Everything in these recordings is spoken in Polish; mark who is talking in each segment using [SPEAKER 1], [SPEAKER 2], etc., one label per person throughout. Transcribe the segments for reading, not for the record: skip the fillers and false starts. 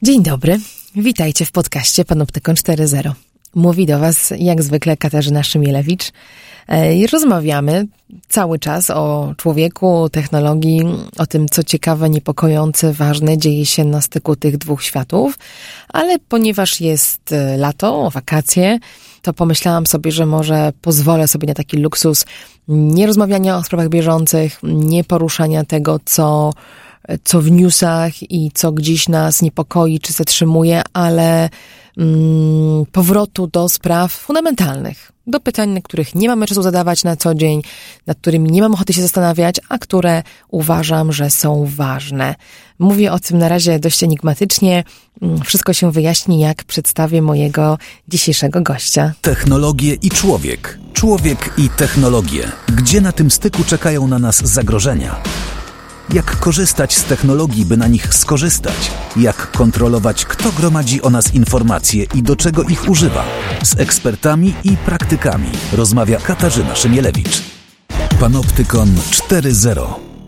[SPEAKER 1] Dzień dobry, witajcie w podcaście Panoptykon 4.0. Mówi do Was jak zwykle Katarzyna Szymielewicz i rozmawiamy cały czas o człowieku, technologii, o tym, co ciekawe, niepokojące, ważne dzieje się na styku tych dwóch światów, ale ponieważ jest lato, wakacje, to pomyślałam sobie, że może pozwolę sobie na taki luksus nie rozmawiania o sprawach bieżących, nie poruszania tego, co w newsach i co gdzieś nas niepokoi czy zatrzymuje, ale powrotu do spraw fundamentalnych, do pytań, na których nie mamy czasu zadawać na co dzień, nad którymi nie mam ochoty się zastanawiać, a które uważam, że są ważne. Mówię o tym na razie dość enigmatycznie. Wszystko się wyjaśni, jak przedstawię mojego dzisiejszego gościa.
[SPEAKER 2] Technologie i człowiek. Człowiek i technologie. Gdzie na tym styku czekają na nas zagrożenia? Jak korzystać z technologii, by na nich skorzystać? Jak kontrolować, kto gromadzi o nas informacje i do czego ich używa? Z ekspertami i praktykami rozmawia Katarzyna Szymielewicz. Panoptykon 4.0.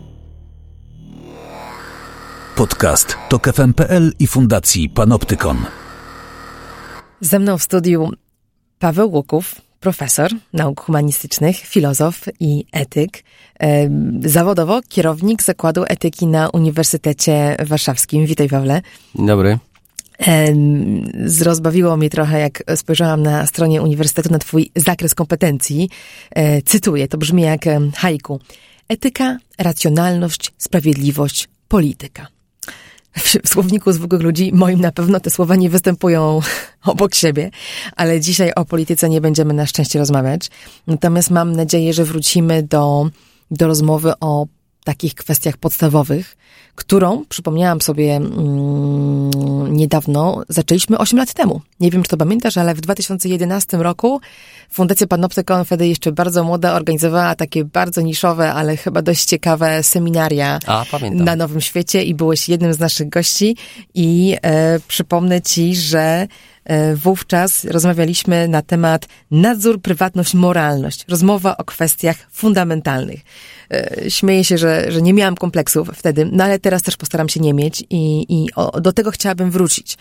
[SPEAKER 2] Podcast TOK FM.pl i Fundacji Panoptykon.
[SPEAKER 1] Ze mną w studiu Paweł Łuków, profesor nauk humanistycznych, filozof i etyk. Zawodowo kierownik Zakładu Etyki na Uniwersytecie Warszawskim. Witaj, Pawle.
[SPEAKER 3] Dzień dobry.
[SPEAKER 1] Rozbawiło mnie trochę, jak spojrzałam na stronie uniwersytetu na twój zakres kompetencji. Cytuję, to brzmi jak haiku. Etyka, racjonalność, sprawiedliwość, polityka. W słowniku zwykłych ludzi moim na pewno te słowa nie występują obok siebie, ale dzisiaj o polityce nie będziemy na szczęście rozmawiać. Natomiast mam nadzieję, że wrócimy do rozmowy o takich kwestiach podstawowych, którą, przypomniałam sobie niedawno, zaczęliśmy 8 lat temu. Nie wiem, czy to pamiętasz, ale w 2011 roku Fundacja Panoptykon, wtedy jeszcze bardzo młoda, organizowała takie bardzo niszowe, ale chyba dość ciekawe seminaria na Nowym Świecie i byłeś jednym z naszych gości i przypomnę Ci, że wówczas rozmawialiśmy na temat nadzór, prywatność, moralność. Rozmowa o kwestiach fundamentalnych. Śmieję się, że nie miałam kompleksów wtedy, no ale teraz też postaram się nie mieć i do tego chciałabym wrócić.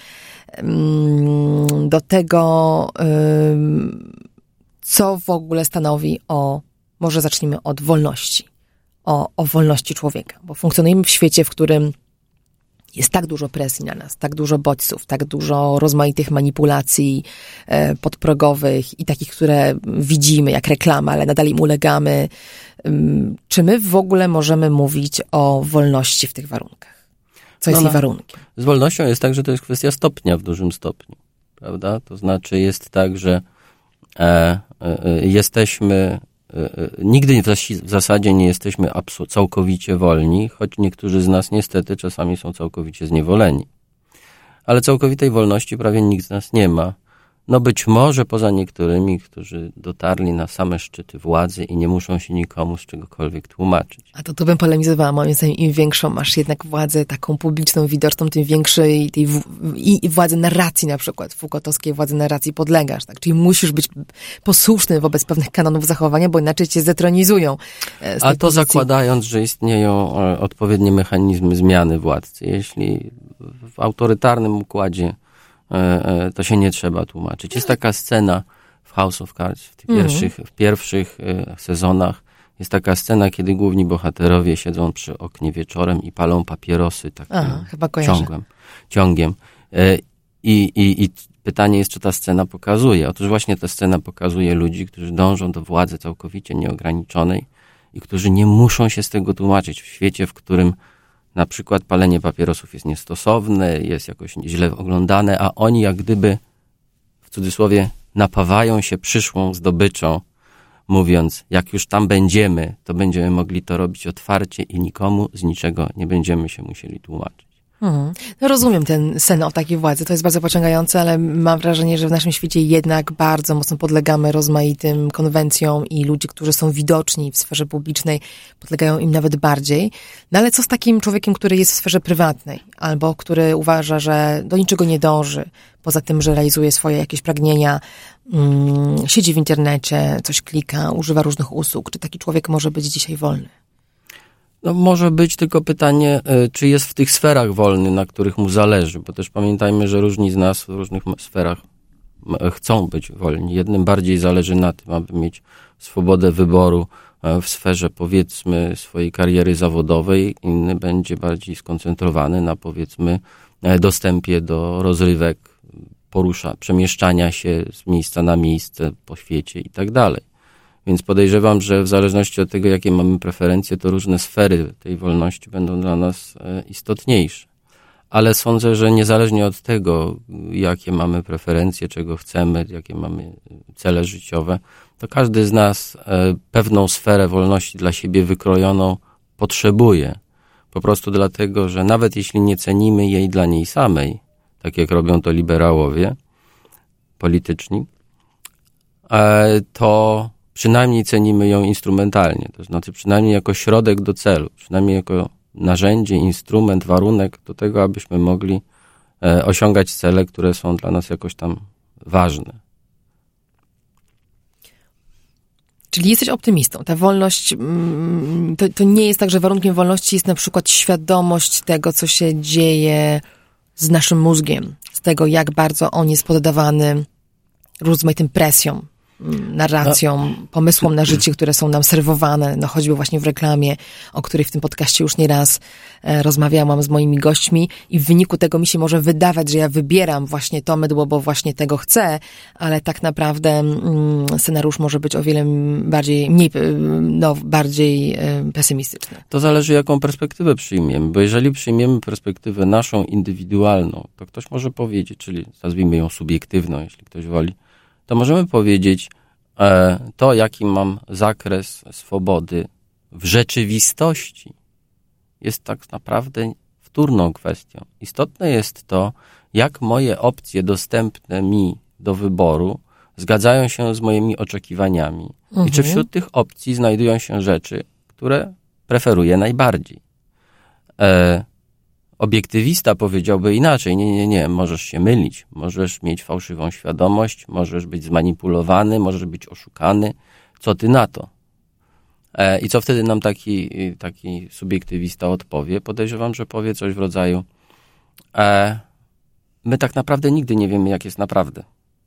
[SPEAKER 1] Do tego, co w ogóle stanowi może zacznijmy od wolności. O wolności człowieka, bo funkcjonujemy w świecie, w którym jest tak dużo presji na nas, tak dużo bodźców, tak dużo rozmaitych manipulacji podprogowych i takich, które widzimy jak reklama, ale nadal im ulegamy. Czy my w ogóle możemy mówić o wolności w tych warunkach? Co jest jej warunkiem?
[SPEAKER 3] Z wolnością jest tak, że to jest kwestia stopnia w dużym stopniu, prawda? To znaczy jest tak, że jesteśmy... Nigdy w zasadzie nie jesteśmy całkowicie wolni, choć niektórzy z nas niestety czasami są całkowicie zniewoleni. Ale całkowitej wolności prawie nikt z nas nie ma. No być może poza niektórymi, którzy dotarli na same szczyty władzy i nie muszą się nikomu z czegokolwiek tłumaczyć.
[SPEAKER 1] A to tu bym polemizowała. Moim zdaniem im większą masz jednak władzę taką publiczną, widoczną, tym większej i władzy narracji na przykład, Foucaultowskiej władzy narracji podlegasz. Tak? Czyli musisz być posłuszny wobec pewnych kanonów zachowania, bo inaczej cię zetronizują.
[SPEAKER 3] A to zakładając, że istnieją odpowiednie mechanizmy zmiany władcy. Jeśli w autorytarnym układzie to się nie trzeba tłumaczyć. Jest taka scena w House of Cards, w pierwszych sezonach. Jest taka scena, kiedy główni bohaterowie siedzą przy oknie wieczorem i palą papierosy takim ciągiem. I pytanie jest, czy ta scena pokazuje. Otóż właśnie ta scena pokazuje ludzi, którzy dążą do władzy całkowicie nieograniczonej i którzy nie muszą się z tego tłumaczyć w świecie, w którym na przykład palenie papierosów jest niestosowne, jest jakoś źle oglądane, a oni jak gdyby, w cudzysłowie, napawają się przyszłą zdobyczą, mówiąc, jak już tam będziemy, to będziemy mogli to robić otwarcie i nikomu z niczego nie będziemy się musieli tłumaczyć.
[SPEAKER 1] No rozumiem ten sen o takiej władzy, to jest bardzo pociągające, ale mam wrażenie, że w naszym świecie jednak bardzo mocno podlegamy rozmaitym konwencjom i ludzie, którzy są widoczni w sferze publicznej, podlegają im nawet bardziej. No ale co z takim człowiekiem, który jest w sferze prywatnej, albo który uważa, że do niczego nie dąży, poza tym, że realizuje swoje jakieś pragnienia, siedzi w internecie, coś klika, używa różnych usług. Czy taki człowiek może być dzisiaj wolny?
[SPEAKER 3] No może być tylko pytanie, czy jest w tych sferach wolny, na których mu zależy, bo też pamiętajmy, że różni z nas w różnych sferach chcą być wolni. Jednym bardziej zależy na tym, aby mieć swobodę wyboru w sferze, powiedzmy, swojej kariery zawodowej, inny będzie bardziej skoncentrowany na, powiedzmy, dostępie do rozrywek, przemieszczania się z miejsca na miejsce po świecie i tak dalej. Więc podejrzewam, że w zależności od tego, jakie mamy preferencje, to różne sfery tej wolności będą dla nas istotniejsze. Ale sądzę, że niezależnie od tego, jakie mamy preferencje, czego chcemy, jakie mamy cele życiowe, to każdy z nas pewną sferę wolności dla siebie wykrojoną potrzebuje. Po prostu dlatego, że nawet jeśli nie cenimy jej dla niej samej, tak jak robią to liberałowie polityczni, to przynajmniej cenimy ją instrumentalnie, to znaczy przynajmniej jako środek do celu, przynajmniej jako narzędzie, instrument, warunek do tego, abyśmy mogli osiągać cele, które są dla nas jakoś tam ważne.
[SPEAKER 1] Czyli jesteś optymistą. Ta wolność, to nie jest tak, że warunkiem wolności jest na przykład świadomość tego, co się dzieje z naszym mózgiem, z tego, jak bardzo on jest poddawany rozmaitym presjom, narracjom, pomysłom na życie, które są nam serwowane, no choćby właśnie w reklamie, o której w tym podcaście już nieraz rozmawiałam z moimi gośćmi i w wyniku tego mi się może wydawać, że ja wybieram właśnie to mydło, bo właśnie tego chcę, ale tak naprawdę scenariusz może być o wiele bardziej pesymistyczny.
[SPEAKER 3] To zależy, jaką perspektywę przyjmiemy, bo jeżeli przyjmiemy perspektywę naszą indywidualną, to ktoś może powiedzieć, czyli nazwijmy ją subiektywną, jeśli ktoś woli, to możemy powiedzieć, to jaki mam zakres swobody w rzeczywistości jest tak naprawdę wtórną kwestią. Istotne jest to, jak moje opcje dostępne mi do wyboru zgadzają się z moimi oczekiwaniami. I czy wśród tych opcji znajdują się rzeczy, które preferuję najbardziej. Obiektywista powiedziałby inaczej. Nie, możesz się mylić, możesz mieć fałszywą świadomość, możesz być zmanipulowany, możesz być oszukany. Co ty na to? I co wtedy nam taki subiektywista odpowie? Podejrzewam, że powie coś w rodzaju my tak naprawdę nigdy nie wiemy, jak jest naprawdę.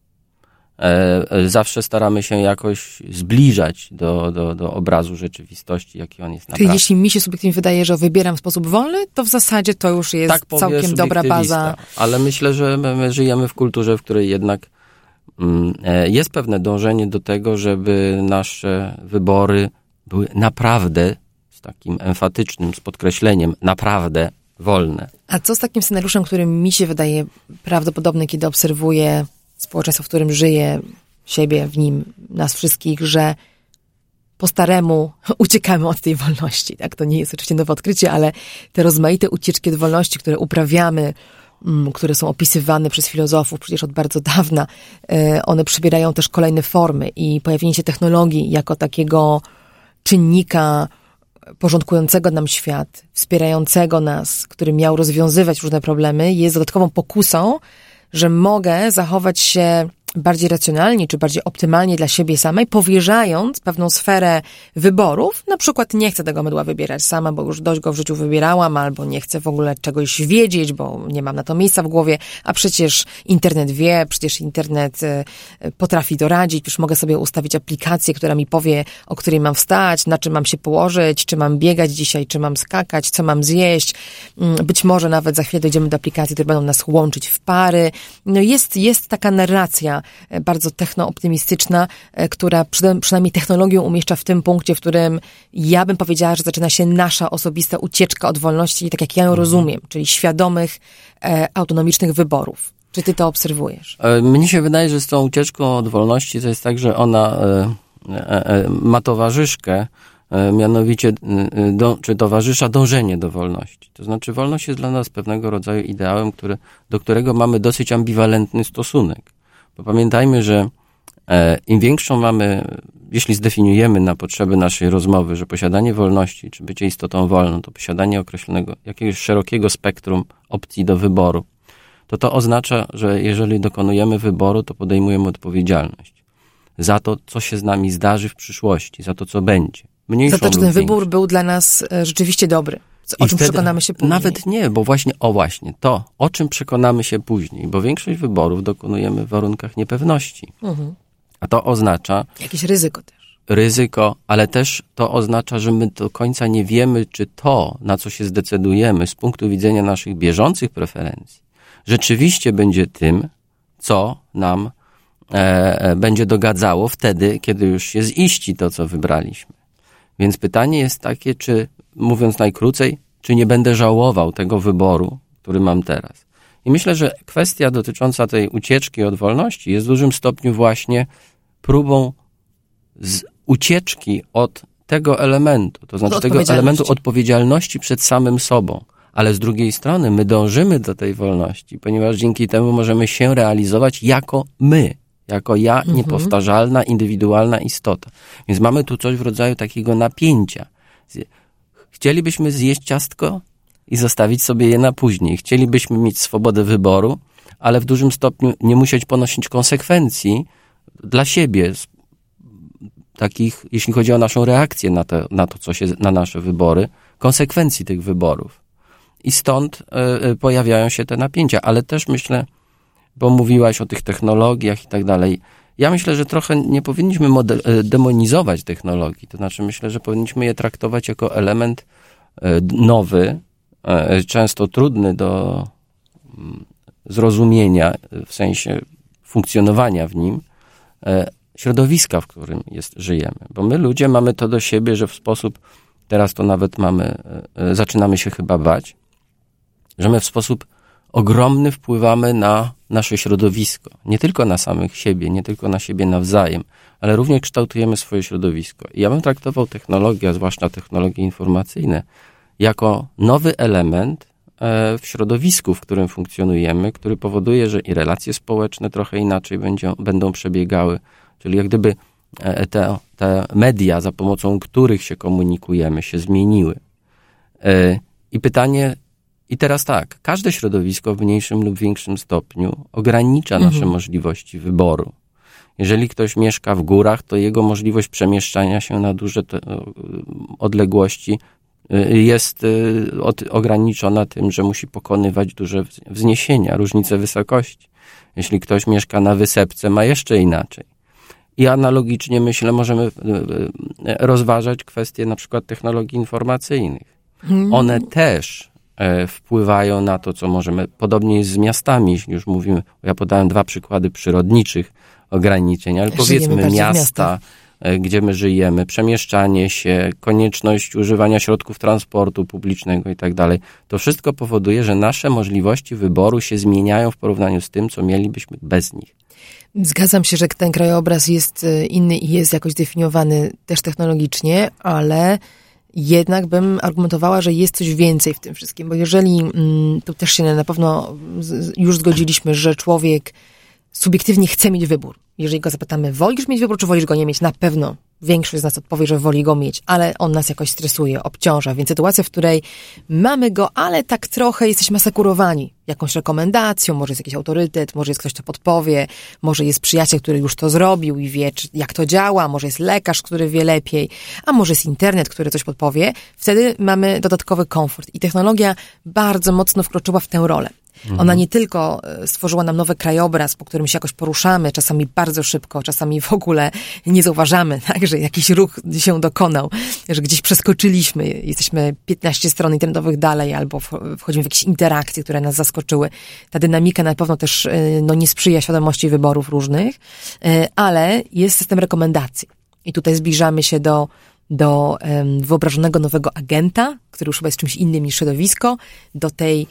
[SPEAKER 3] Zawsze staramy się jakoś zbliżać do obrazu rzeczywistości, jaki on jest naprawdę.
[SPEAKER 1] Czyli jeśli mi się subiektywnie wydaje, że wybieram w sposób wolny, to w zasadzie to już jest tak całkiem dobra baza.
[SPEAKER 3] Ale myślę, że my żyjemy w kulturze, w której jednak jest pewne dążenie do tego, żeby nasze wybory były naprawdę, z takim emfatycznym, z podkreśleniem, naprawdę wolne.
[SPEAKER 1] A co z takim scenariuszem, który mi się wydaje prawdopodobny, kiedy obserwuję społeczeństwo, w którym żyję, siebie, w nim, nas wszystkich, że po staremu uciekamy od tej wolności. Tak? To nie jest oczywiście nowe odkrycie, ale te rozmaite ucieczki od wolności, które uprawiamy, które są opisywane przez filozofów przecież od bardzo dawna, one przybierają też kolejne formy i pojawienie się technologii jako takiego czynnika porządkującego nam świat, wspierającego nas, który miał rozwiązywać różne problemy, jest dodatkową pokusą, że mogę zachować się bardziej racjonalnie, czy bardziej optymalnie dla siebie samej, powierzając pewną sferę wyborów. Na przykład nie chcę tego mydła wybierać sama, bo już dość go w życiu wybierałam, albo nie chcę w ogóle czegoś wiedzieć, bo nie mam na to miejsca w głowie, a przecież internet wie, przecież internet potrafi doradzić, przecież mogę sobie ustawić aplikację, która mi powie, o której mam wstać, na czym mam się położyć, czy mam biegać dzisiaj, czy mam skakać, co mam zjeść. Być może nawet za chwilę dojdziemy do aplikacji, które będą nas łączyć w pary. No jest taka narracja bardzo techno-optymistyczna, która przynajmniej technologią umieszcza w tym punkcie, w którym ja bym powiedziała, że zaczyna się nasza osobista ucieczka od wolności, tak jak ja ją rozumiem, czyli świadomych, autonomicznych wyborów. Czy ty to obserwujesz?
[SPEAKER 3] Mnie się wydaje, że z tą ucieczką od wolności to jest tak, że ona ma towarzyszkę, mianowicie czy towarzysza dążenie do wolności. To znaczy wolność jest dla nas pewnego rodzaju ideałem, do którego mamy dosyć ambiwalentny stosunek. Bo pamiętajmy, że im większą mamy, jeśli zdefiniujemy na potrzeby naszej rozmowy, że posiadanie wolności, czy bycie istotą wolną, to posiadanie określonego, jakiegoś szerokiego spektrum opcji do wyboru, to oznacza, że jeżeli dokonujemy wyboru, to podejmujemy odpowiedzialność za to, co się z nami zdarzy w przyszłości, za to, co będzie. mniejszą
[SPEAKER 1] za to, czy
[SPEAKER 3] lub
[SPEAKER 1] ten
[SPEAKER 3] większą.
[SPEAKER 1] wybór był dla nas rzeczywiście dobry. O czym przekonamy się później.
[SPEAKER 3] Nawet nie, bo właśnie to, o czym przekonamy się później, bo większość wyborów dokonujemy w warunkach niepewności. A to oznacza...
[SPEAKER 1] Jakieś ryzyko też.
[SPEAKER 3] Ryzyko, ale też to oznacza, że my do końca nie wiemy, czy to, na co się zdecydujemy z punktu widzenia naszych bieżących preferencji, rzeczywiście będzie tym, co nam będzie dogadzało wtedy, kiedy już się ziści to, co wybraliśmy. Więc pytanie jest takie, czy, mówiąc najkrócej, czy nie będę żałował tego wyboru, który mam teraz. I myślę, że kwestia dotycząca tej ucieczki od wolności jest w dużym stopniu właśnie próbą ucieczki od tego elementu, to znaczy tego elementu odpowiedzialności przed samym sobą. Ale z drugiej strony my dążymy do tej wolności, ponieważ dzięki temu możemy się realizować jako my, jako ja, niepowtarzalna, indywidualna istota. Więc mamy tu coś w rodzaju takiego napięcia. Chcielibyśmy zjeść ciastko i zostawić sobie je na później. Chcielibyśmy mieć swobodę wyboru, ale w dużym stopniu nie musieć ponosić konsekwencji dla siebie, takich, jeśli chodzi o naszą reakcję na to, co się, na nasze wybory, konsekwencji tych wyborów. I stąd pojawiają się te napięcia, ale też myślę, bo mówiłaś o tych technologiach i tak dalej, ja myślę, że trochę nie powinniśmy demonizować technologii, to znaczy myślę, że powinniśmy je traktować jako element nowy, często trudny do zrozumienia, w sensie funkcjonowania w nim, środowiska, w którym żyjemy. Bo my ludzie mamy to do siebie, że w sposób, teraz to nawet zaczynamy się chyba bać, że my w sposób ogromny wpływamy na nasze środowisko. Nie tylko na samych siebie, nie tylko na siebie nawzajem, ale również kształtujemy swoje środowisko. I ja bym traktował technologię, a zwłaszcza technologie informacyjne, jako nowy element w środowisku, w którym funkcjonujemy, który powoduje, że i relacje społeczne trochę inaczej będą przebiegały. Czyli jak gdyby te media, za pomocą których się komunikujemy, się zmieniły. I pytanie, i teraz tak, każde środowisko w mniejszym lub większym stopniu ogranicza nasze możliwości wyboru. Jeżeli ktoś mieszka w górach, to jego możliwość przemieszczania się na duże odległości jest ograniczona tym, że musi pokonywać duże wzniesienia, różnice wysokości. Jeśli ktoś mieszka na wysepce, ma jeszcze inaczej. I analogicznie, myślę, możemy rozważać kwestie na przykład technologii informacyjnych. One też wpływają na to, co możemy. Podobnie jest z miastami, jeśli już mówimy. Ja podałem 2 przykłady przyrodniczych ograniczeń, ale powiedzmy miasta, gdzie my żyjemy, przemieszczanie się, konieczność używania środków transportu publicznego i tak dalej. To wszystko powoduje, że nasze możliwości wyboru się zmieniają w porównaniu z tym, co mielibyśmy bez nich.
[SPEAKER 1] Zgadzam się, że ten krajobraz jest inny i jest jakoś definiowany też technologicznie, ale jednak bym argumentowała, że jest coś więcej w tym wszystkim, bo jeżeli, tu też się na pewno już zgodziliśmy, że człowiek subiektywnie chce mieć wybór. Jeżeli go zapytamy, wolisz mieć wybór, czy wolisz go nie mieć? Na pewno większość z nas odpowie, że woli go mieć, ale on nas jakoś stresuje, obciąża. Więc sytuacja, w której mamy go, ale tak trochę jesteśmy asekurowani jakąś rekomendacją, może jest jakiś autorytet, może jest ktoś, kto podpowie, może jest przyjaciel, który już to zrobił i wie, jak to działa, może jest lekarz, który wie lepiej, a może jest internet, który coś podpowie. Wtedy mamy dodatkowy komfort. I technologia bardzo mocno wkroczyła w tę rolę. Ona nie tylko stworzyła nam nowy krajobraz, po którym się jakoś poruszamy, czasami bardzo szybko, czasami w ogóle nie zauważamy, tak, że jakiś ruch się dokonał, że gdzieś przeskoczyliśmy, jesteśmy 15 stron internetowych dalej, albo wchodzimy w jakieś interakcje, które nas zaskoczyły. Ta dynamika na pewno też nie sprzyja świadomości wyborów różnych, ale jest system rekomendacji. I tutaj zbliżamy się do wyobrażonego nowego agenta, który już chyba jest czymś innym niż środowisko, do tej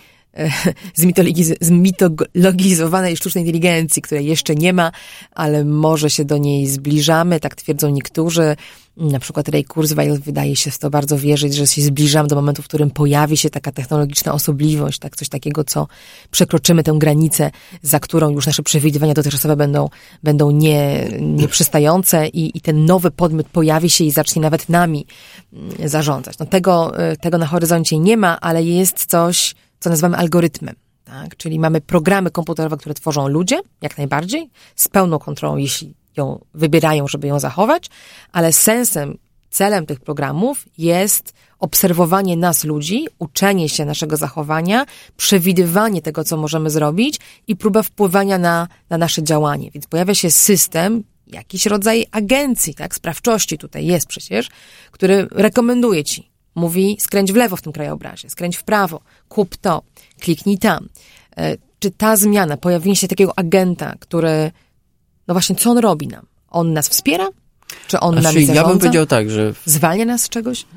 [SPEAKER 1] zmitologizowanej sztucznej inteligencji, której jeszcze nie ma, ale może się do niej zbliżamy, tak twierdzą niektórzy. Na przykład Ray Kurzweil wydaje się w to bardzo wierzyć, że się zbliżamy do momentu, w którym pojawi się taka technologiczna osobliwość, tak, coś takiego, co przekroczymy tę granicę, za którą już nasze przewidywania dotychczasowe będą nieprzystające i ten nowy podmiot pojawi się i zacznie nawet nami zarządzać. No tego na horyzoncie nie ma, ale jest coś, co nazywamy algorytmem. Tak? Czyli mamy programy komputerowe, które tworzą ludzie, jak najbardziej, z pełną kontrolą, jeśli ją wybierają, żeby ją zachować, ale sensem celem tych programów jest obserwowanie nas, ludzi, uczenie się naszego zachowania, przewidywanie tego, co możemy zrobić i próba wpływania na nasze działanie. Więc pojawia się system, jakiś rodzaj agencji, tak, sprawczości tutaj jest przecież, który rekomenduje ci. Mówi, skręć w lewo w tym krajobrazie, skręć w prawo, kup to, kliknij tam. Czy ta zmiana, pojawienie się takiego agenta, który, no właśnie, co on robi nam? On nas wspiera? Czy on nami zarządza?
[SPEAKER 3] Ja bym powiedział tak, że...
[SPEAKER 1] Zwalnia nas z czegoś?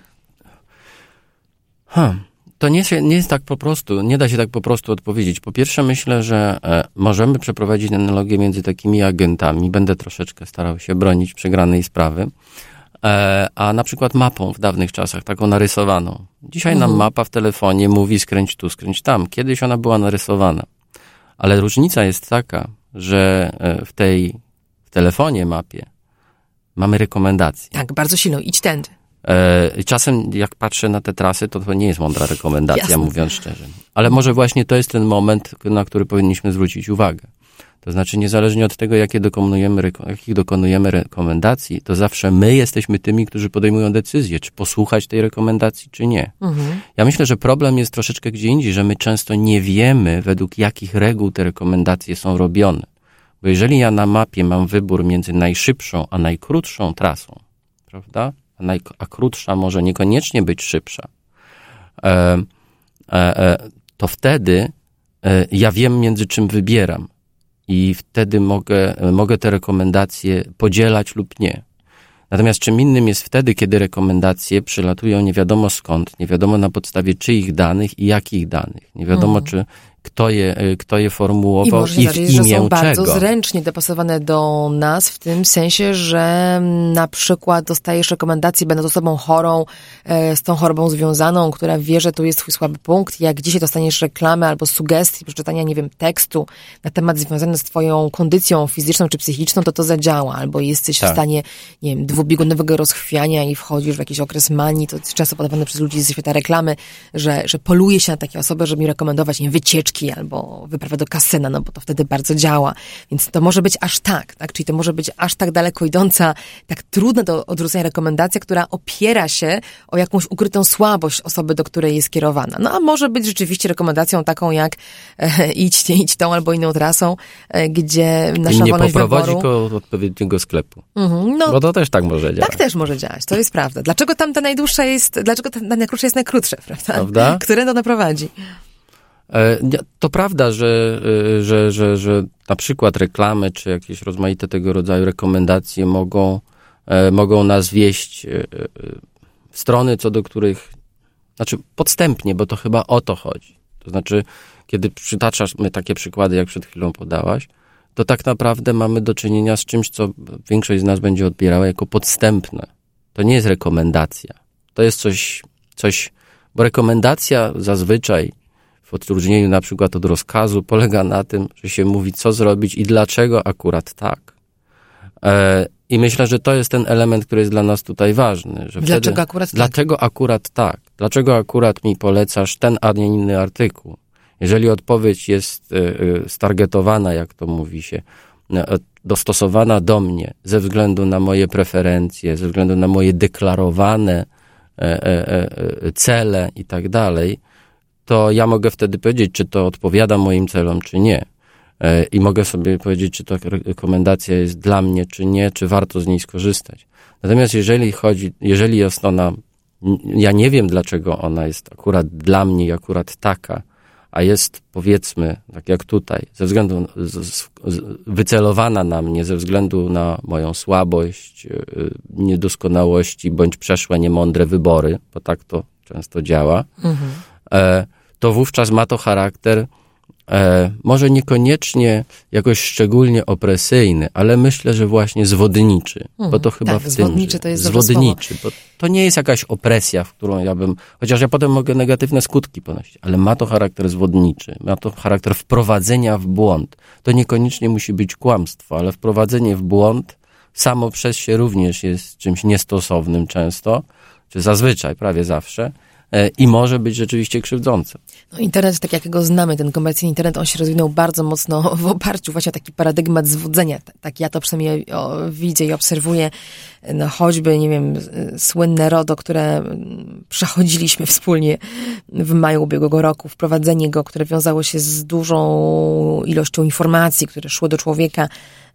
[SPEAKER 3] To nie jest tak po prostu, nie da się tak po prostu odpowiedzieć. Po pierwsze myślę, że możemy przeprowadzić analogię między takimi agentami, będę troszeczkę starał się bronić przegranej sprawy, a na przykład mapą w dawnych czasach, taką narysowaną. Dzisiaj nam mapa w telefonie mówi skręć tu, skręć tam. Kiedyś ona była narysowana. Ale różnica jest taka, że w telefonie mapie mamy rekomendacje.
[SPEAKER 1] Tak, bardzo silną. Idź tędy.
[SPEAKER 3] Czasem jak patrzę na te trasy, to nie jest mądra rekomendacja,
[SPEAKER 1] Jasne.
[SPEAKER 3] mówiąc szczerze. Ale może właśnie to jest ten moment, na który powinniśmy zwrócić uwagę. To znaczy niezależnie od tego, jakich dokonujemy rekomendacji, to zawsze my jesteśmy tymi, którzy podejmują decyzję, czy posłuchać tej rekomendacji, czy nie. Ja myślę, że problem jest troszeczkę gdzie indziej, że my często nie wiemy, według jakich reguł te rekomendacje są robione. Bo jeżeli ja na mapie mam wybór między najszybszą a najkrótszą trasą, prawda? A krótsza może niekoniecznie być szybsza, to wtedy ja wiem, między czym wybieram i wtedy mogę te rekomendacje podzielać lub nie. Natomiast czym innym jest wtedy, kiedy rekomendacje przylatują nie wiadomo skąd, nie wiadomo na podstawie czyich danych i jakich danych. Nie wiadomo, czy kto je formułował i w imię
[SPEAKER 1] że są bardzo
[SPEAKER 3] czego.
[SPEAKER 1] zręcznie dopasowane do nas w tym sensie, że na przykład dostajesz rekomendacje, będąc osobą chorą, z tą chorobą związaną, która wie, że tu jest twój słaby punkt. Jak dzisiaj dostaniesz reklamę albo sugestii przeczytania, nie wiem, tekstu na temat związany z twoją kondycją fizyczną czy psychiczną, to zadziała. Albo jesteś w stanie, nie wiem, dwubiegunowego rozchwiania i wchodzisz w jakiś okres manii. To jest często podawane przez ludzi ze świata reklamy, że poluje się na takie osoby, żeby mi rekomendować, nie wiem, wycieczki albo wyprawę do kasyna, no bo to wtedy bardzo działa. Więc to może być aż tak? Czyli to może być aż tak daleko idąca, tak trudna do odrzucenia rekomendacja, która opiera się o jakąś ukrytą słabość osoby, do której jest kierowana. No a może być rzeczywiście rekomendacją taką jak idź tą albo inną trasą, gdzie nasza wolność wyboru...
[SPEAKER 3] I nie poprowadzi go od odpowiedniego sklepu. Bo to też tak może działać.
[SPEAKER 1] Tak też może działać, to jest prawda. Dlaczego tam ta najdłuższa jest, dlaczego ta najkrótsza jest najkrótsza, prawda? Które to naprowadzi?
[SPEAKER 3] To prawda, że na przykład reklamy, czy jakieś rozmaite tego rodzaju rekomendacje mogą nas wieść w strony, co do których, znaczy podstępnie, bo to chyba o to chodzi. To znaczy, kiedy przytaczasz takie przykłady, jak przed chwilą podałaś, to tak naprawdę mamy do czynienia z czymś, co większość z nas będzie odbierała jako podstępne. To nie jest rekomendacja. To jest coś, bo rekomendacja zazwyczaj w odróżnieniu na przykład od rozkazu polega na tym, że się mówi, co zrobić i dlaczego akurat tak. I myślę, że to jest ten element, który jest dla nas tutaj ważny. Że
[SPEAKER 1] dlaczego akurat tak?
[SPEAKER 3] Dlaczego akurat tak? Dlaczego akurat mi polecasz ten, a nie inny artykuł? Jeżeli odpowiedź jest stargetowana, jak to mówi się, dostosowana do mnie ze względu na moje preferencje, ze względu na moje deklarowane cele i tak dalej, to ja mogę wtedy powiedzieć, czy to odpowiada moim celom, czy nie. I mogę sobie powiedzieć, czy ta rekomendacja jest dla mnie, czy nie, czy warto z niej skorzystać. Natomiast jeżeli jest ona, ja nie wiem, dlaczego ona jest akurat dla mnie i akurat taka, a jest, powiedzmy, tak jak tutaj, ze względu wycelowana na mnie, ze względu na moją słabość, niedoskonałości, bądź przeszłe niemądre wybory, bo tak to często działa, to wówczas ma to charakter może niekoniecznie jakoś szczególnie opresyjny, ale myślę, że właśnie zwodniczy, bo to chyba
[SPEAKER 1] tak,
[SPEAKER 3] w tym,
[SPEAKER 1] zwodniczy to jest
[SPEAKER 3] zwodniczy, bo to nie jest jakaś opresja, w którą chociaż ja potem mogę negatywne skutki ponosić, ale ma to charakter zwodniczy, ma to charakter wprowadzenia w błąd. To niekoniecznie musi być kłamstwo, ale wprowadzenie w błąd samo przez się również jest czymś niestosownym często, czy zazwyczaj, prawie zawsze, i może być rzeczywiście krzywdzące.
[SPEAKER 1] No, internet, tak jak go znamy, ten komercyjny internet, on się rozwinął bardzo mocno w oparciu właśnie o taki paradygmat zwodzenia. Tak ja to przynajmniej widzę i obserwuję, no choćby, nie wiem, słynne RODO, które przechodziliśmy wspólnie w maju ubiegłego roku, wprowadzenie go, które wiązało się z dużą ilością informacji, które szły do człowieka.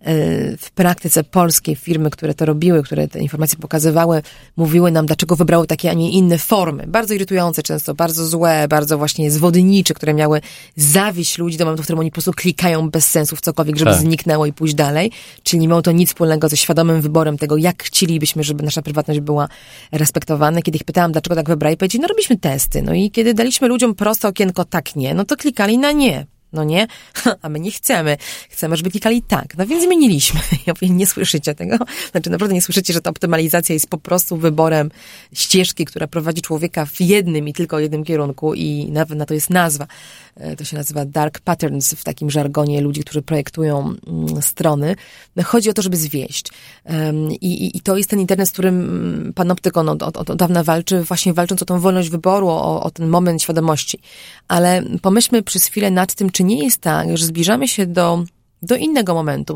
[SPEAKER 1] W praktyce polskiej firmy, które to robiły, które te informacje pokazywały, mówiły nam, dlaczego wybrały takie, a nie inne formy. Bardzo irytujące często, bardzo złe, bardzo właśnie zwodnicze, które miały zawieść ludzi do momentu, w którym oni po prostu klikają bez sensu w cokolwiek, żeby zniknęło i pójść dalej. Czyli nie miało to nic wspólnego ze świadomym wyborem tego, jak chcielibyśmy, żeby nasza prywatność była respektowana. Kiedy ich pytałam, dlaczego tak wybrali, powiedzieli, no robiliśmy testy. No i kiedy daliśmy ludziom proste okienko tak, nie, no to klikali na nie. No nie? A my nie chcemy. Chcemy, żeby klikali tak. No więc zmieniliśmy. Ja mówię, nie słyszycie tego? Znaczy naprawdę nie słyszycie, że ta optymalizacja jest po prostu wyborem ścieżki, która prowadzi człowieka w jednym i tylko jednym kierunku i nawet na to jest nazwa. To się nazywa dark patterns w takim żargonie ludzi, którzy projektują strony. No chodzi o to, żeby zwieść. I to jest ten internet, z którym Panoptykon od dawna walczy, właśnie walcząc o tą wolność wyboru, o ten moment świadomości. Ale pomyślmy przez chwilę nad tym, czy nie jest tak, że zbliżamy się do innego momentu,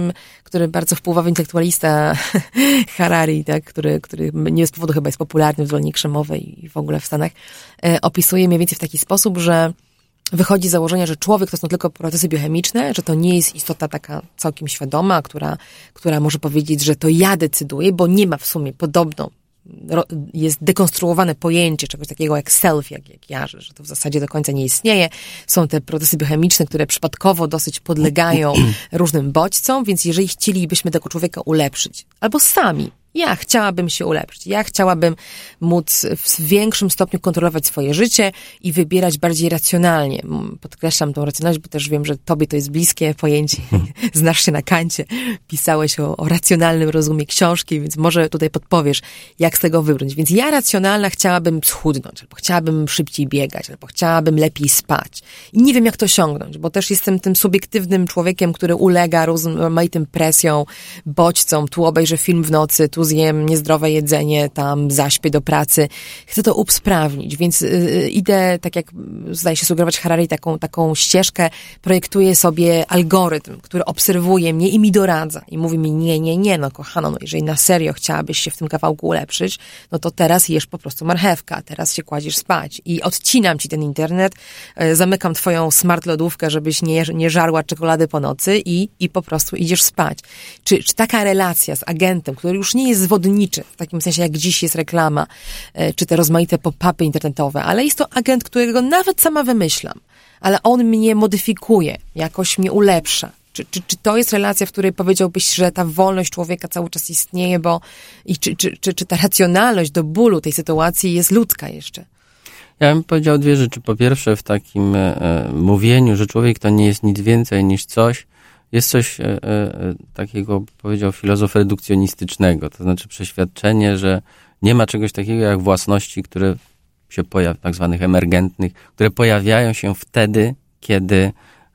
[SPEAKER 1] który bardzo wpływowy intelektualista Harari, tak, który nie bez powodu chyba jest popularny w Dolini Krzemowej i w ogóle w Stanach, opisuje mniej więcej w taki sposób, że wychodzi z założenia, że człowiek to są tylko procesy biochemiczne, że to nie jest istota taka całkiem świadoma, która może powiedzieć, że to ja decyduję, bo nie ma w sumie podobno jest dekonstruowane pojęcie czegoś takiego jak self, jak ja, że to w zasadzie do końca nie istnieje. Są te procesy biochemiczne, które przypadkowo dosyć podlegają różnym bodźcom, więc jeżeli chcielibyśmy tego człowieka ulepszyć, albo sami, ja chciałabym się ulepszyć. Ja chciałabym móc w większym stopniu kontrolować swoje życie i wybierać bardziej racjonalnie. Podkreślam tą racjonalność, bo też wiem, że tobie to jest bliskie pojęcie. Znasz się na Kancie. Pisałeś o racjonalnym rozumie książki, więc może tutaj podpowiesz, jak z tego wybrnąć. Więc ja racjonalna chciałabym schudnąć, albo chciałabym szybciej biegać, albo chciałabym lepiej spać. I nie wiem, jak to osiągnąć, bo też jestem tym subiektywnym człowiekiem, który ulega rozmaitym presjom, bodźcom. Tu obejrzę film w nocy, tu zjem niezdrowe jedzenie, tam zaśpię do pracy. Chcę to usprawnić, więc idę, tak jak zdaje się sugerować Harari, taką ścieżkę, projektuję sobie algorytm, który obserwuje mnie i mi doradza. I mówi mi, nie, no kochano, no jeżeli na serio chciałabyś się w tym kawałku ulepszyć, no to teraz jesz po prostu marchewka, teraz się kładziesz spać. I odcinam ci ten internet, zamykam twoją smart lodówkę, żebyś nie żarła czekolady po nocy i po prostu idziesz spać. Czy taka relacja z agentem, który już nie jest zwodniczy, w takim sensie jak dziś jest reklama, czy te rozmaite pop-upy internetowe, ale jest to agent, którego nawet sama wymyślam, ale on mnie modyfikuje, jakoś mnie ulepsza. Czy to jest relacja, w której powiedziałbyś, że ta wolność człowieka cały czas istnieje, czy ta racjonalność do bólu tej sytuacji jest ludzka jeszcze?
[SPEAKER 3] Ja bym powiedział dwie rzeczy. Po pierwsze, w takim mówieniu, że człowiek to nie jest nic więcej niż coś, jest coś takiego, powiedział filozof, redukcjonistycznego, to znaczy przeświadczenie, że nie ma czegoś takiego jak własności, które się pojawiają, tak zwanych emergentnych, które pojawiają się wtedy, kiedy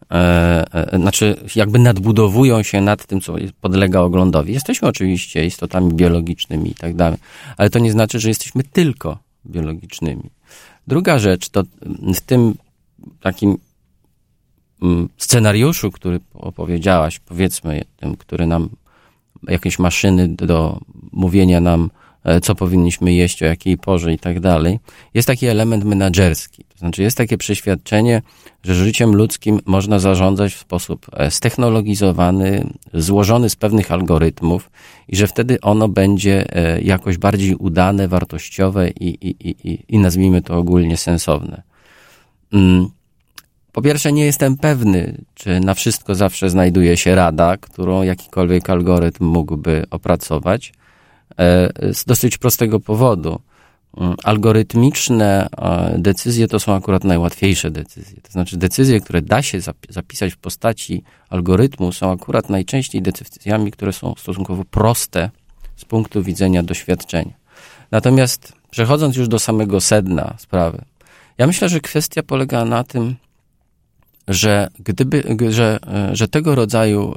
[SPEAKER 3] znaczy jakby nadbudowują się nad tym, co podlega oglądowi. Jesteśmy oczywiście istotami biologicznymi i tak dalej, ale to nie znaczy, że jesteśmy tylko biologicznymi. Druga rzecz, to w tym takim scenariuszu, który opowiedziałaś, powiedzmy tym, który nam, jakieś maszyny do mówienia nam, co powinniśmy jeść, o jakiej porze i tak dalej, jest taki element menadżerski. To znaczy jest takie przeświadczenie, że życiem ludzkim można zarządzać w sposób ztechnologizowany, złożony z pewnych algorytmów i że wtedy ono będzie jakoś bardziej udane, wartościowe i nazwijmy to ogólnie sensowne. Po pierwsze, nie jestem pewny, czy na wszystko zawsze znajduje się rada, którą jakikolwiek algorytm mógłby opracować. Z dosyć prostego powodu. Algorytmiczne decyzje to są akurat najłatwiejsze decyzje. To znaczy decyzje, które da się zapisać w postaci algorytmu, są akurat najczęściej decyzjami, które są stosunkowo proste z punktu widzenia doświadczenia. Natomiast przechodząc już do samego sedna sprawy, ja myślę, że kwestia polega na tym, że że tego rodzaju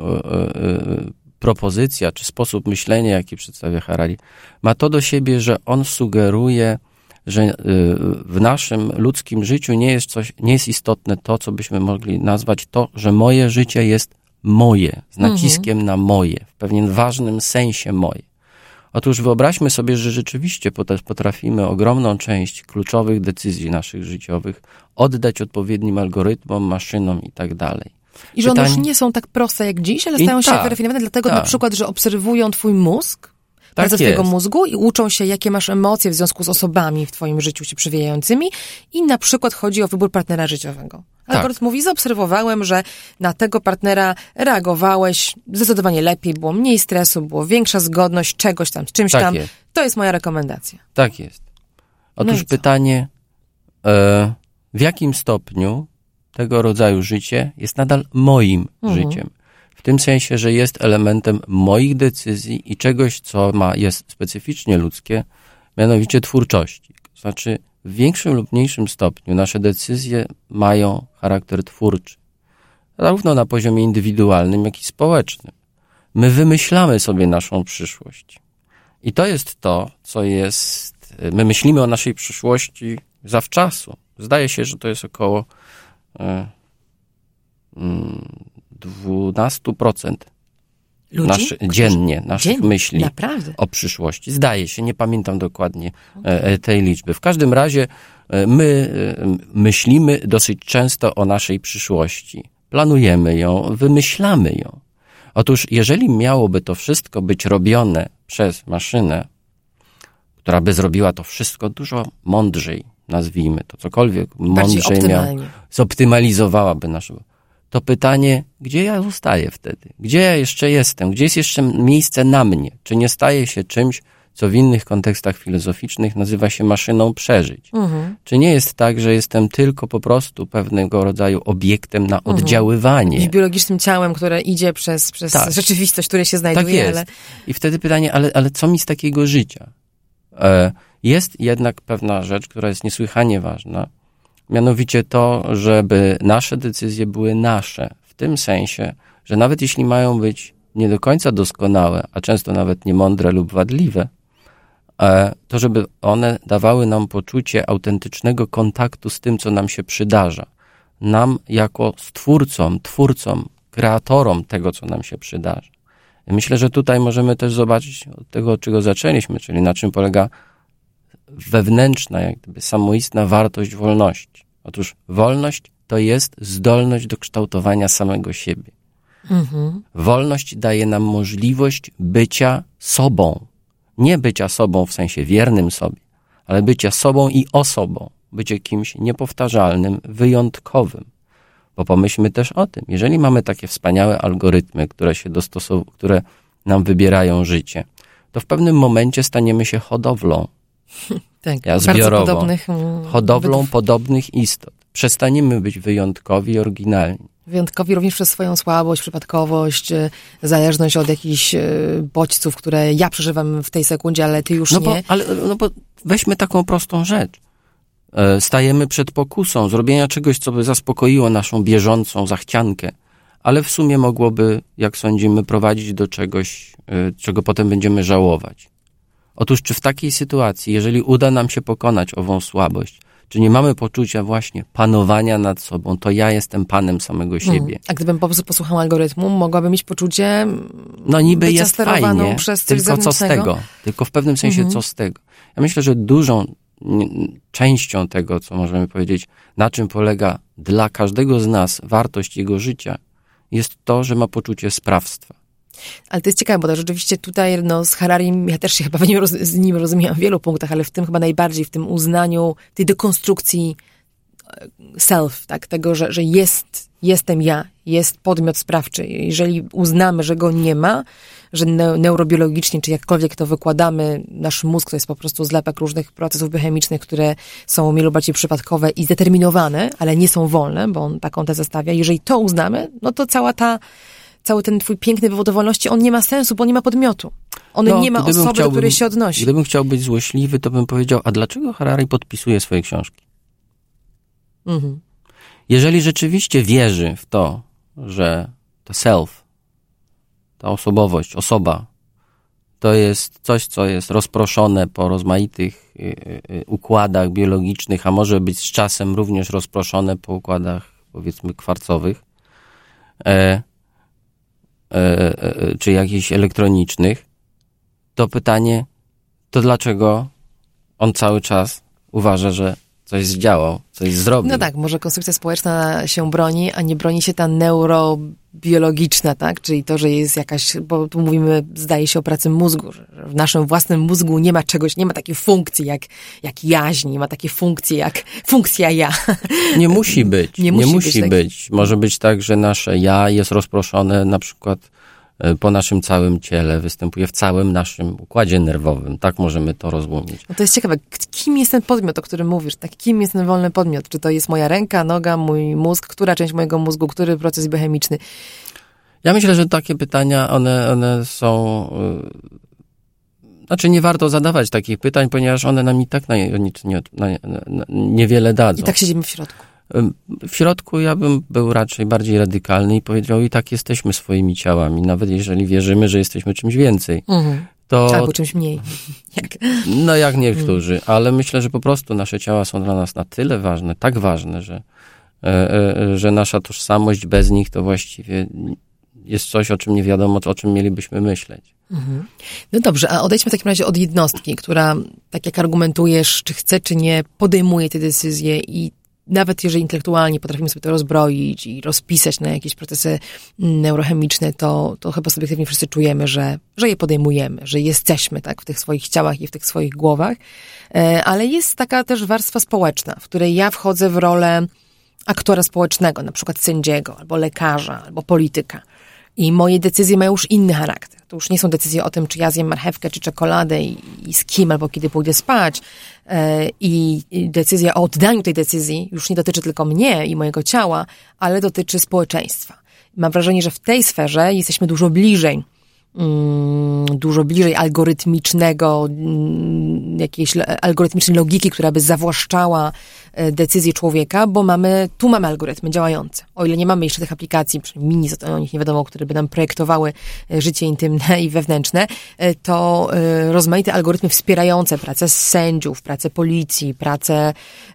[SPEAKER 3] propozycja czy sposób myślenia, jaki przedstawia Harari, ma to do siebie, że on sugeruje, że w naszym ludzkim życiu nie jest istotne to, co byśmy mogli nazwać to, że moje życie jest moje, z naciskiem na moje, w pewnym ważnym sensie moje. Otóż wyobraźmy sobie, że rzeczywiście potrafimy ogromną część kluczowych decyzji naszych życiowych oddać odpowiednim algorytmom, maszynom i tak dalej.
[SPEAKER 1] I że one już nie są tak proste jak dziś, ale stają się wyrafinowane, dlatego na przykład, że obserwują twój mózg, pracę twojego mózgu i uczą się, jakie masz emocje w związku z osobami w twoim życiu się przewijającymi i na przykład chodzi o wybór partnera życiowego. Algorytm mówi, zaobserwowałem, że na tego partnera reagowałeś zdecydowanie lepiej, było mniej stresu, było większa zgodność czegoś tam, z czymś tam. Jest. To jest moja rekomendacja.
[SPEAKER 3] Tak jest. Otóż pytanie, w jakim stopniu tego rodzaju życie jest nadal moim życiem? W tym sensie, że jest elementem moich decyzji i czegoś, co jest specyficznie ludzkie, mianowicie twórczości. Znaczy, w większym lub mniejszym stopniu nasze decyzje mają charakter twórczy. Zarówno na poziomie indywidualnym, jak i społecznym. My wymyślamy sobie naszą przyszłość. I to jest to, co jest... My myślimy o naszej przyszłości zawczasu. Zdaje się, że to jest około 12% dziennie naszych myśli o przyszłości. Zdaje się, nie pamiętam dokładnie tej liczby. W każdym razie my myślimy dosyć często o naszej przyszłości. Planujemy ją, wymyślamy ją. Otóż jeżeli miałoby to wszystko być robione przez maszynę, która by zrobiła to wszystko dużo mądrzej, nazwijmy to cokolwiek, mądrzej zoptymalizowałaby naszą... To pytanie, gdzie ja zostaję wtedy? Gdzie ja jeszcze jestem? Gdzie jest jeszcze miejsce na mnie? Czy nie staję się czymś, co w innych kontekstach filozoficznych nazywa się maszyną przeżyć? Czy nie jest tak, że jestem tylko po prostu pewnego rodzaju obiektem na oddziaływanie?
[SPEAKER 1] I biologicznym ciałem, które idzie przez rzeczywistość, w której się znajduje.
[SPEAKER 3] Tak jest. I wtedy pytanie, ale co mi z takiego życia? Jest jednak pewna rzecz, która jest niesłychanie ważna. Mianowicie to, żeby nasze decyzje były nasze. W tym sensie, że nawet jeśli mają być nie do końca doskonałe, a często nawet niemądre lub wadliwe, to żeby one dawały nam poczucie autentycznego kontaktu z tym, co nam się przydarza. Nam jako stwórcom, twórcom, kreatorom tego, co nam się przydarza. I myślę, że tutaj możemy też zobaczyć od tego, od czego zaczęliśmy, czyli na czym polega wewnętrzna, jak gdyby samoistna wartość wolności. Otóż wolność to jest zdolność do kształtowania samego siebie. Wolność daje nam możliwość bycia sobą. Nie bycia sobą w sensie wiernym sobie, ale bycia sobą i osobą. Bycie kimś niepowtarzalnym, wyjątkowym. Bo pomyślmy też o tym, jeżeli mamy takie wspaniałe algorytmy, które nam wybierają życie, to w pewnym momencie staniemy się hodowlą. Zbiorową. Hodowlą podobnych istot. Przestaniemy być wyjątkowi i oryginalni.
[SPEAKER 1] Wyjątkowi również przez swoją słabość, przypadkowość, zależność od jakichś bodźców, które ja przeżywam w tej sekundzie, ale ty już nie.
[SPEAKER 3] Bo weźmy taką prostą rzecz. Stajemy przed pokusą zrobienia czegoś, co by zaspokoiło naszą bieżącą zachciankę, ale w sumie mogłoby, jak sądzimy, prowadzić do czegoś, czego potem będziemy żałować. Otóż czy w takiej sytuacji, jeżeli uda nam się pokonać ową słabość, czy nie mamy poczucia właśnie panowania nad sobą, to ja jestem panem samego siebie.
[SPEAKER 1] A gdybym po prostu posłuchał algorytmu, mogłabym mieć poczucie
[SPEAKER 3] niby
[SPEAKER 1] bycia
[SPEAKER 3] jest
[SPEAKER 1] sterowaną
[SPEAKER 3] fajnie,
[SPEAKER 1] przez coś
[SPEAKER 3] tylko co z tego? Tylko w pewnym sensie co z tego? Ja myślę, że dużą częścią tego, co możemy powiedzieć, na czym polega dla każdego z nas wartość jego życia, jest to, że ma poczucie sprawstwa.
[SPEAKER 1] Ale to jest ciekawe, bo to rzeczywiście tutaj z Hararim, ja też się chyba z nim rozumiałam w wielu punktach, ale w tym chyba najbardziej, w tym uznaniu tej dekonstrukcji self, tak, tego, że jestem ja, jest podmiot sprawczy. Jeżeli uznamy, że go nie ma, że neurobiologicznie, czy jakkolwiek to wykładamy, nasz mózg to jest po prostu zlepek różnych procesów biochemicznych, które są o wiele bardziej przypadkowe i zdeterminowane, ale nie są wolne, bo on taką tezę stawia. Jeżeli to uznamy, no to cały ten twój piękny wywód wolności, on nie ma sensu, bo on nie ma podmiotu. On nie ma osoby, do której się odnosi.
[SPEAKER 3] Gdybym chciał być złośliwy, to bym powiedział, a dlaczego Harari podpisuje swoje książki? Jeżeli rzeczywiście wierzy w to, że to self, ta osobowość, osoba to jest coś, co jest rozproszone po rozmaitych układach biologicznych, a może być z czasem również rozproszone po układach, powiedzmy, kwarcowych, czy jakichś elektronicznych, to pytanie, to dlaczego on cały czas uważa, że coś zdziałał, coś zrobił?
[SPEAKER 1] No tak, może konstrukcja społeczna się broni, a nie broni się ta neurobiologiczna, tak? Czyli to, że jest jakaś, bo tu mówimy, zdaje się, o pracy mózgu, że w naszym własnym mózgu nie ma czegoś, nie ma takiej funkcji jak jaźń, nie ma takiej funkcji jak funkcja ja.
[SPEAKER 3] Nie musi być. Nie musi być. Może być tak, że nasze ja jest rozproszone na przykład po naszym całym ciele, występuje w całym naszym układzie nerwowym. Tak możemy to rozłomić.
[SPEAKER 1] No to jest ciekawe. Kim jest ten podmiot, o którym mówisz? Tak, kim jest ten wolny podmiot? Czy to jest moja ręka, noga, mój mózg? Która część mojego mózgu? Który proces biochemiczny?
[SPEAKER 3] Ja myślę, że takie pytania, one są... Znaczy nie warto zadawać takich pytań, ponieważ one nam i tak niewiele dadzą.
[SPEAKER 1] I tak siedzimy w środku.
[SPEAKER 3] W środku ja bym był raczej bardziej radykalny i powiedział, i tak jesteśmy swoimi ciałami, nawet jeżeli wierzymy, że jesteśmy czymś więcej.
[SPEAKER 1] Albo czymś mniej.
[SPEAKER 3] No jak niektórzy, ale myślę, że po prostu nasze ciała są dla nas na tyle ważne, tak ważne, że nasza tożsamość bez nich to właściwie jest coś, o czym nie wiadomo, o czym mielibyśmy myśleć.
[SPEAKER 1] No dobrze, a odejdźmy w takim razie od jednostki, która, tak jak argumentujesz, czy chce, czy nie, podejmuje te decyzje i nawet jeżeli intelektualnie potrafimy sobie to rozbroić i rozpisać na jakieś procesy neurochemiczne, to chyba subiektywnie wszyscy czujemy, że je podejmujemy, że jesteśmy tak w tych swoich ciałach i w tych swoich głowach. Ale jest taka też warstwa społeczna, w której ja wchodzę w rolę aktora społecznego, na przykład sędziego, albo lekarza, albo polityka. I moje decyzje mają już inny charakter. To już nie są decyzje o tym, czy ja zjem marchewkę, czy czekoladę i z kim, albo kiedy pójdę spać. I decyzja o oddaniu tej decyzji już nie dotyczy tylko mnie i mojego ciała, ale dotyczy społeczeństwa. Mam wrażenie, że w tej sferze jesteśmy dużo bliżej algorytmicznego, jakiejś algorytmicznej logiki, która by zawłaszczała decyzję człowieka, bo mamy algorytmy działające. O ile nie mamy jeszcze tych aplikacji, przynajmniej mini, o nich nie wiadomo, które by nam projektowały życie intymne i wewnętrzne, to rozmaite algorytmy wspierające pracę sędziów, pracę policji, pracę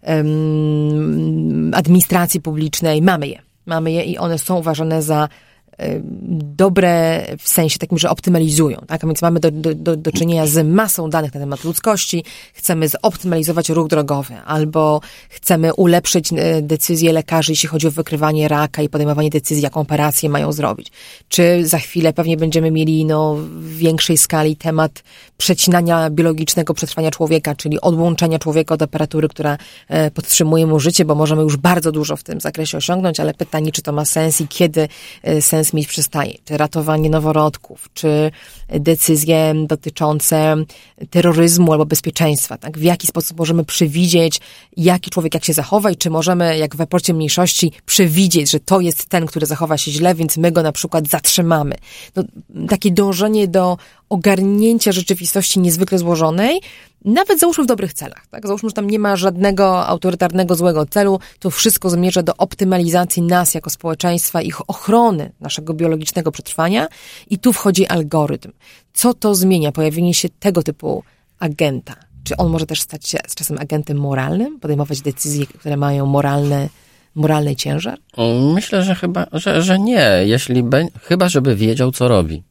[SPEAKER 1] administracji publicznej, mamy je i one są uważane za dobre w sensie takim, że optymalizują, tak? A więc mamy do czynienia z masą danych na temat ludzkości, chcemy zoptymalizować ruch drogowy, albo chcemy ulepszyć decyzje lekarzy, jeśli chodzi o wykrywanie raka i podejmowanie decyzji, jaką operację mają zrobić. Czy za chwilę pewnie będziemy mieli w większej skali temat przecinania biologicznego przetrwania człowieka, czyli odłączenia człowieka od aparatury, która podtrzymuje mu życie, bo możemy już bardzo dużo w tym zakresie osiągnąć, ale pytanie, czy to ma sens i kiedy sens mieć przestaje. Czy ratowanie noworodków, czy decyzje dotyczące terroryzmu albo bezpieczeństwa, tak? W jaki sposób możemy przewidzieć, jaki człowiek jak się zachowa i czy możemy, jak w raporcie mniejszości, przewidzieć, że to jest ten, który zachowa się źle, więc my go na przykład zatrzymamy. No, takie dążenie do ogarnięcia rzeczywistości niezwykle złożonej, nawet załóżmy w dobrych celach, tak? Załóżmy, że tam nie ma żadnego autorytarnego złego celu, to wszystko zmierza do optymalizacji nas jako społeczeństwa, ich ochrony naszego biologicznego przetrwania i tu wchodzi algorytm. Co to zmienia? Pojawienie się tego typu agenta. Czy on może też stać się z czasem agentem moralnym? Podejmować decyzje, które mają moralny ciężar?
[SPEAKER 3] Myślę, że że nie. Chyba, żeby wiedział, co robi.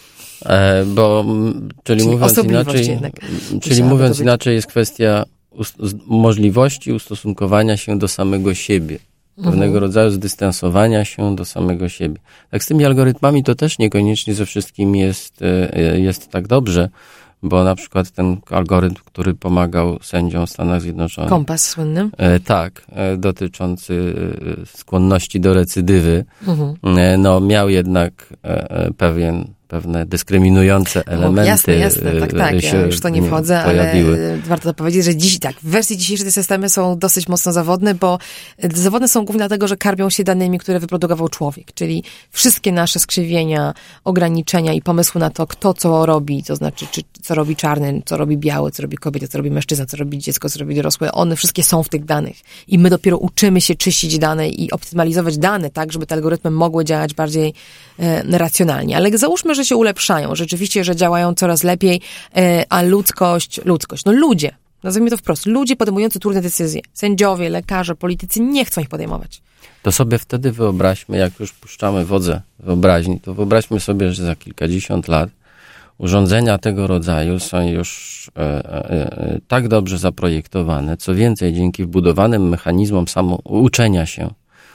[SPEAKER 3] Czyli mówiąc inaczej, jest kwestia możliwości ustosunkowania się do samego siebie. Pewnego rodzaju zdystansowania się do samego siebie. Tak z tymi algorytmami to też niekoniecznie ze wszystkim jest tak dobrze, bo na przykład ten algorytm, który pomagał sędziom w Stanach Zjednoczonych.
[SPEAKER 1] Kompas słynny?
[SPEAKER 3] Tak, dotyczący skłonności do recydywy. Miał jednak pewne dyskryminujące elementy.
[SPEAKER 1] Jasne, tak. Ja już to nie wchodzę, ale warto powiedzieć, że w wersji dzisiejszej te systemy są dosyć mocno zawodne, bo zawodne są głównie dlatego, że karmią się danymi, które wyprodukował człowiek, czyli wszystkie nasze skrzywienia, ograniczenia i pomysły na to, kto co robi, to znaczy, co robi czarny, co robi biały, co robi kobieta, co robi mężczyzna, co robi dziecko, co robi dorosłe, one wszystkie są w tych danych i my dopiero uczymy się czyścić dane i optymalizować dane tak, żeby te algorytmy mogły działać bardziej racjonalnie. Ale załóżmy, że się ulepszają, rzeczywiście, że działają coraz lepiej, a ludzkość, ludzie, nazwijmy to wprost, ludzie podejmujący trudne decyzje, sędziowie, lekarze, politycy nie chcą ich podejmować.
[SPEAKER 3] To sobie wtedy wyobraźmy, jak już puszczamy wodze wyobraźni, to wyobraźmy sobie, że za kilkadziesiąt lat urządzenia tego rodzaju są już tak dobrze zaprojektowane, co więcej, dzięki wbudowanym mechanizmom samouczenia się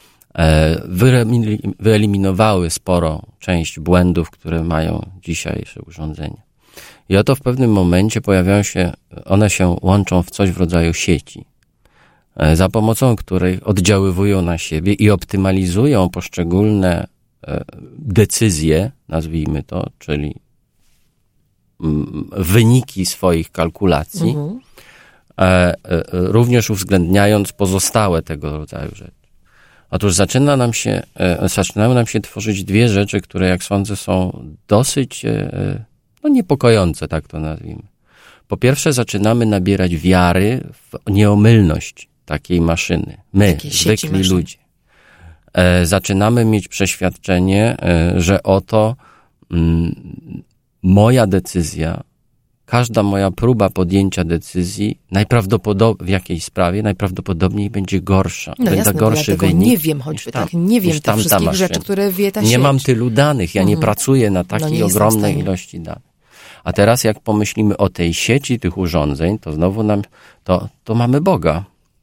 [SPEAKER 3] wyeliminowały sporo część błędów, które mają dzisiejsze urządzenia. I oto w pewnym momencie one się łączą w coś w rodzaju sieci, za pomocą której oddziaływują na siebie i optymalizują poszczególne decyzje, nazwijmy to, czyli wyniki swoich kalkulacji, również uwzględniając pozostałe tego rodzaju rzeczy. Otóż zaczynają nam się tworzyć dwie rzeczy, które, jak sądzę, są dosyć niepokojące, tak to nazwijmy. Po pierwsze, zaczynamy nabierać wiary w nieomylność takiej maszyny. My, zwykli ludzie. Zaczynamy mieć przeświadczenie, że oto moja decyzja, każda moja próba podjęcia decyzji w jakiejś sprawie najprawdopodobniej będzie gorsza. Będzie gorszy wynik.
[SPEAKER 1] Nie wiem choćby tak. Nie wiem tych wszystkich rzeczy, które wie ta sieć.
[SPEAKER 3] Nie mam tylu danych. Ja nie pracuję na takiej ogromnej ilości danych. A teraz jak pomyślimy o tej sieci tych urządzeń, to znowu to mamy Boga.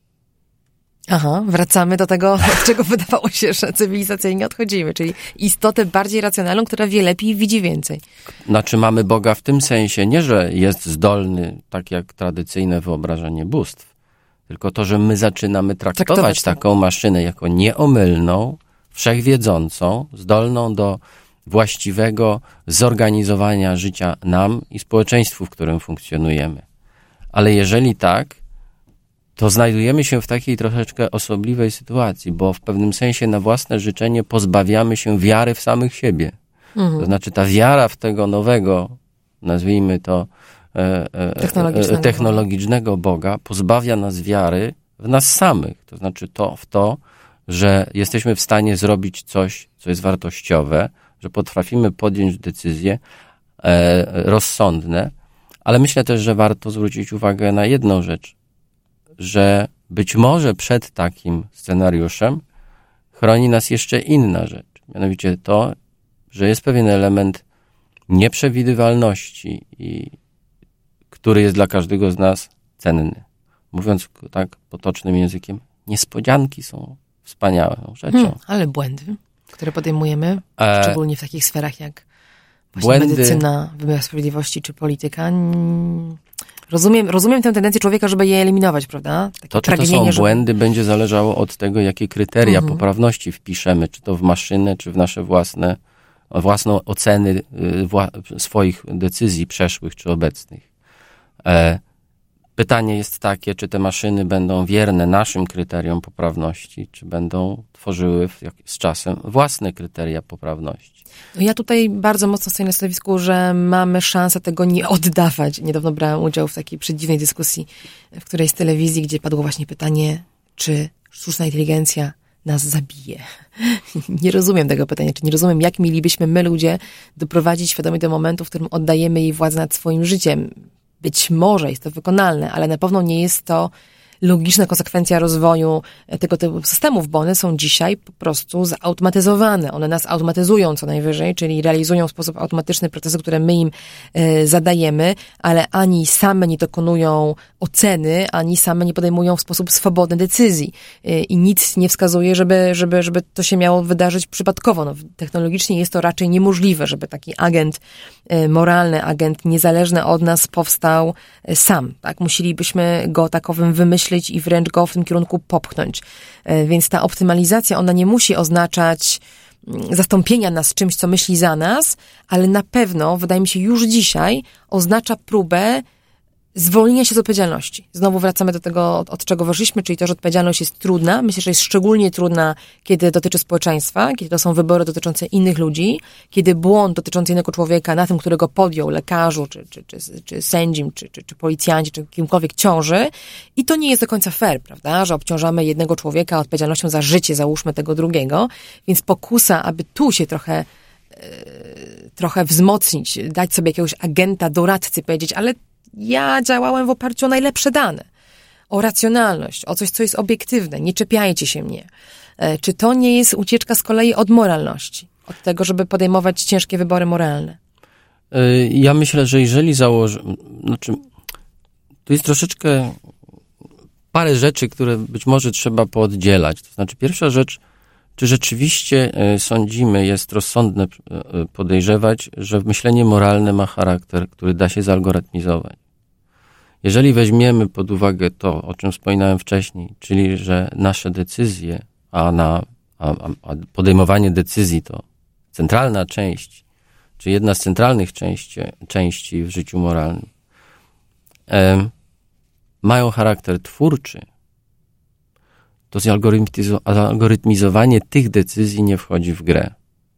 [SPEAKER 1] Aha, wracamy do tego, od czego wydawało się, że cywilizacyjnie odchodzimy, czyli istotę bardziej racjonalną, która wie lepiej i widzi więcej.
[SPEAKER 3] Znaczy mamy Boga w tym sensie, nie że jest zdolny, tak jak tradycyjne wyobrażenie bóstw, tylko to, że my zaczynamy traktować taką maszynę jako nieomylną, wszechwiedzącą, zdolną do właściwego zorganizowania życia nam i społeczeństwu, w którym funkcjonujemy. Ale jeżeli tak, to znajdujemy się w takiej troszeczkę osobliwej sytuacji, bo w pewnym sensie na własne życzenie pozbawiamy się wiary w samych siebie. To znaczy ta wiara w tego nowego, nazwijmy to technologicznego Boga, pozbawia nas wiary w nas samych. To znaczy w to, że jesteśmy w stanie zrobić coś, co jest wartościowe, że potrafimy podjąć decyzje rozsądne, ale myślę też, że warto zwrócić uwagę na jedną rzecz, że być może przed takim scenariuszem chroni nas jeszcze inna rzecz. Mianowicie to, że jest pewien element nieprzewidywalności, który jest dla każdego z nas cenny. Mówiąc tak potocznym językiem, niespodzianki są wspaniałą rzeczą.
[SPEAKER 1] Ale błędy, które podejmujemy, szczególnie w takich sferach jak właśnie medycyna, wymiar sprawiedliwości czy polityka, Rozumiem tę tendencję człowieka, żeby je eliminować, prawda?
[SPEAKER 3] Takie czy to są błędy, będzie zależało od tego, jakie kryteria poprawności wpiszemy, czy to w maszynę, czy w nasze własną oceny swoich decyzji przeszłych czy obecnych. Pytanie jest takie, czy te maszyny będą wierne naszym kryteriom poprawności, czy będą tworzyły z czasem własne kryteria poprawności.
[SPEAKER 1] Ja tutaj bardzo mocno stoję na stanowisku, że mamy szansę tego nie oddawać. Niedawno brałem udział w takiej przedziwnej dyskusji w którejś z telewizji, gdzie padło właśnie pytanie, czy sztuczna inteligencja nas zabije. Nie rozumiem tego pytania, czy nie rozumiem, jak mielibyśmy my ludzie doprowadzić świadomie do momentu, w którym oddajemy jej władzę nad swoim życiem. Być może jest to wykonalne, ale na pewno nie jest to logiczna konsekwencja rozwoju tego typu systemów, bo one są dzisiaj po prostu zautomatyzowane. One nas automatyzują co najwyżej, czyli realizują w sposób automatyczny procesy, które my im zadajemy, ale ani same nie dokonują oceny, ani same nie podejmują w sposób swobodny decyzji. I nic nie wskazuje, żeby to się miało wydarzyć przypadkowo. No, technologicznie jest to raczej niemożliwe, żeby taki agent moralny, agent niezależny od nas powstał sam. Tak? Musielibyśmy go takowym wymyślić i wręcz go w tym kierunku popchnąć. Więc ta optymalizacja, ona nie musi oznaczać zastąpienia nas czymś, co myśli za nas, ale na pewno, wydaje mi się, już dzisiaj oznacza próbę zwolnienia się z odpowiedzialności. Znowu wracamy do tego, od czego wyszliśmy, czyli to, że odpowiedzialność jest trudna. Myślę, że jest szczególnie trudna, kiedy dotyczy społeczeństwa, kiedy to są wybory dotyczące innych ludzi, kiedy błąd dotyczący innego człowieka na tym, którego podjął, lekarzu, czy sędzim, czy policjanci, czy kimkolwiek ciąży. I to nie jest do końca fair, prawda, że obciążamy jednego człowieka odpowiedzialnością za życie, załóżmy tego drugiego. Więc pokusa, aby tu się trochę trochę wzmocnić, dać sobie jakiegoś agenta, doradcy, powiedzieć, ale ja działałem w oparciu o najlepsze dane, o racjonalność, o coś, co jest obiektywne, nie czepiajcie się mnie. Czy to nie jest ucieczka z kolei od moralności? Od tego, żeby podejmować ciężkie wybory moralne?
[SPEAKER 3] Ja myślę, że jeżeli tu jest troszeczkę parę rzeczy, które być może trzeba pooddzielać. To znaczy, pierwsza rzecz, czy rzeczywiście sądzimy, jest rozsądne podejrzewać, że myślenie moralne ma charakter, który da się zalgorytmizować. Jeżeli weźmiemy pod uwagę to, o czym wspominałem wcześniej, czyli że nasze decyzje, a podejmowanie decyzji to centralna część, czy jedna z centralnych części w życiu moralnym, mają charakter twórczy, to zalgorytmizowanie tych decyzji nie wchodzi w grę.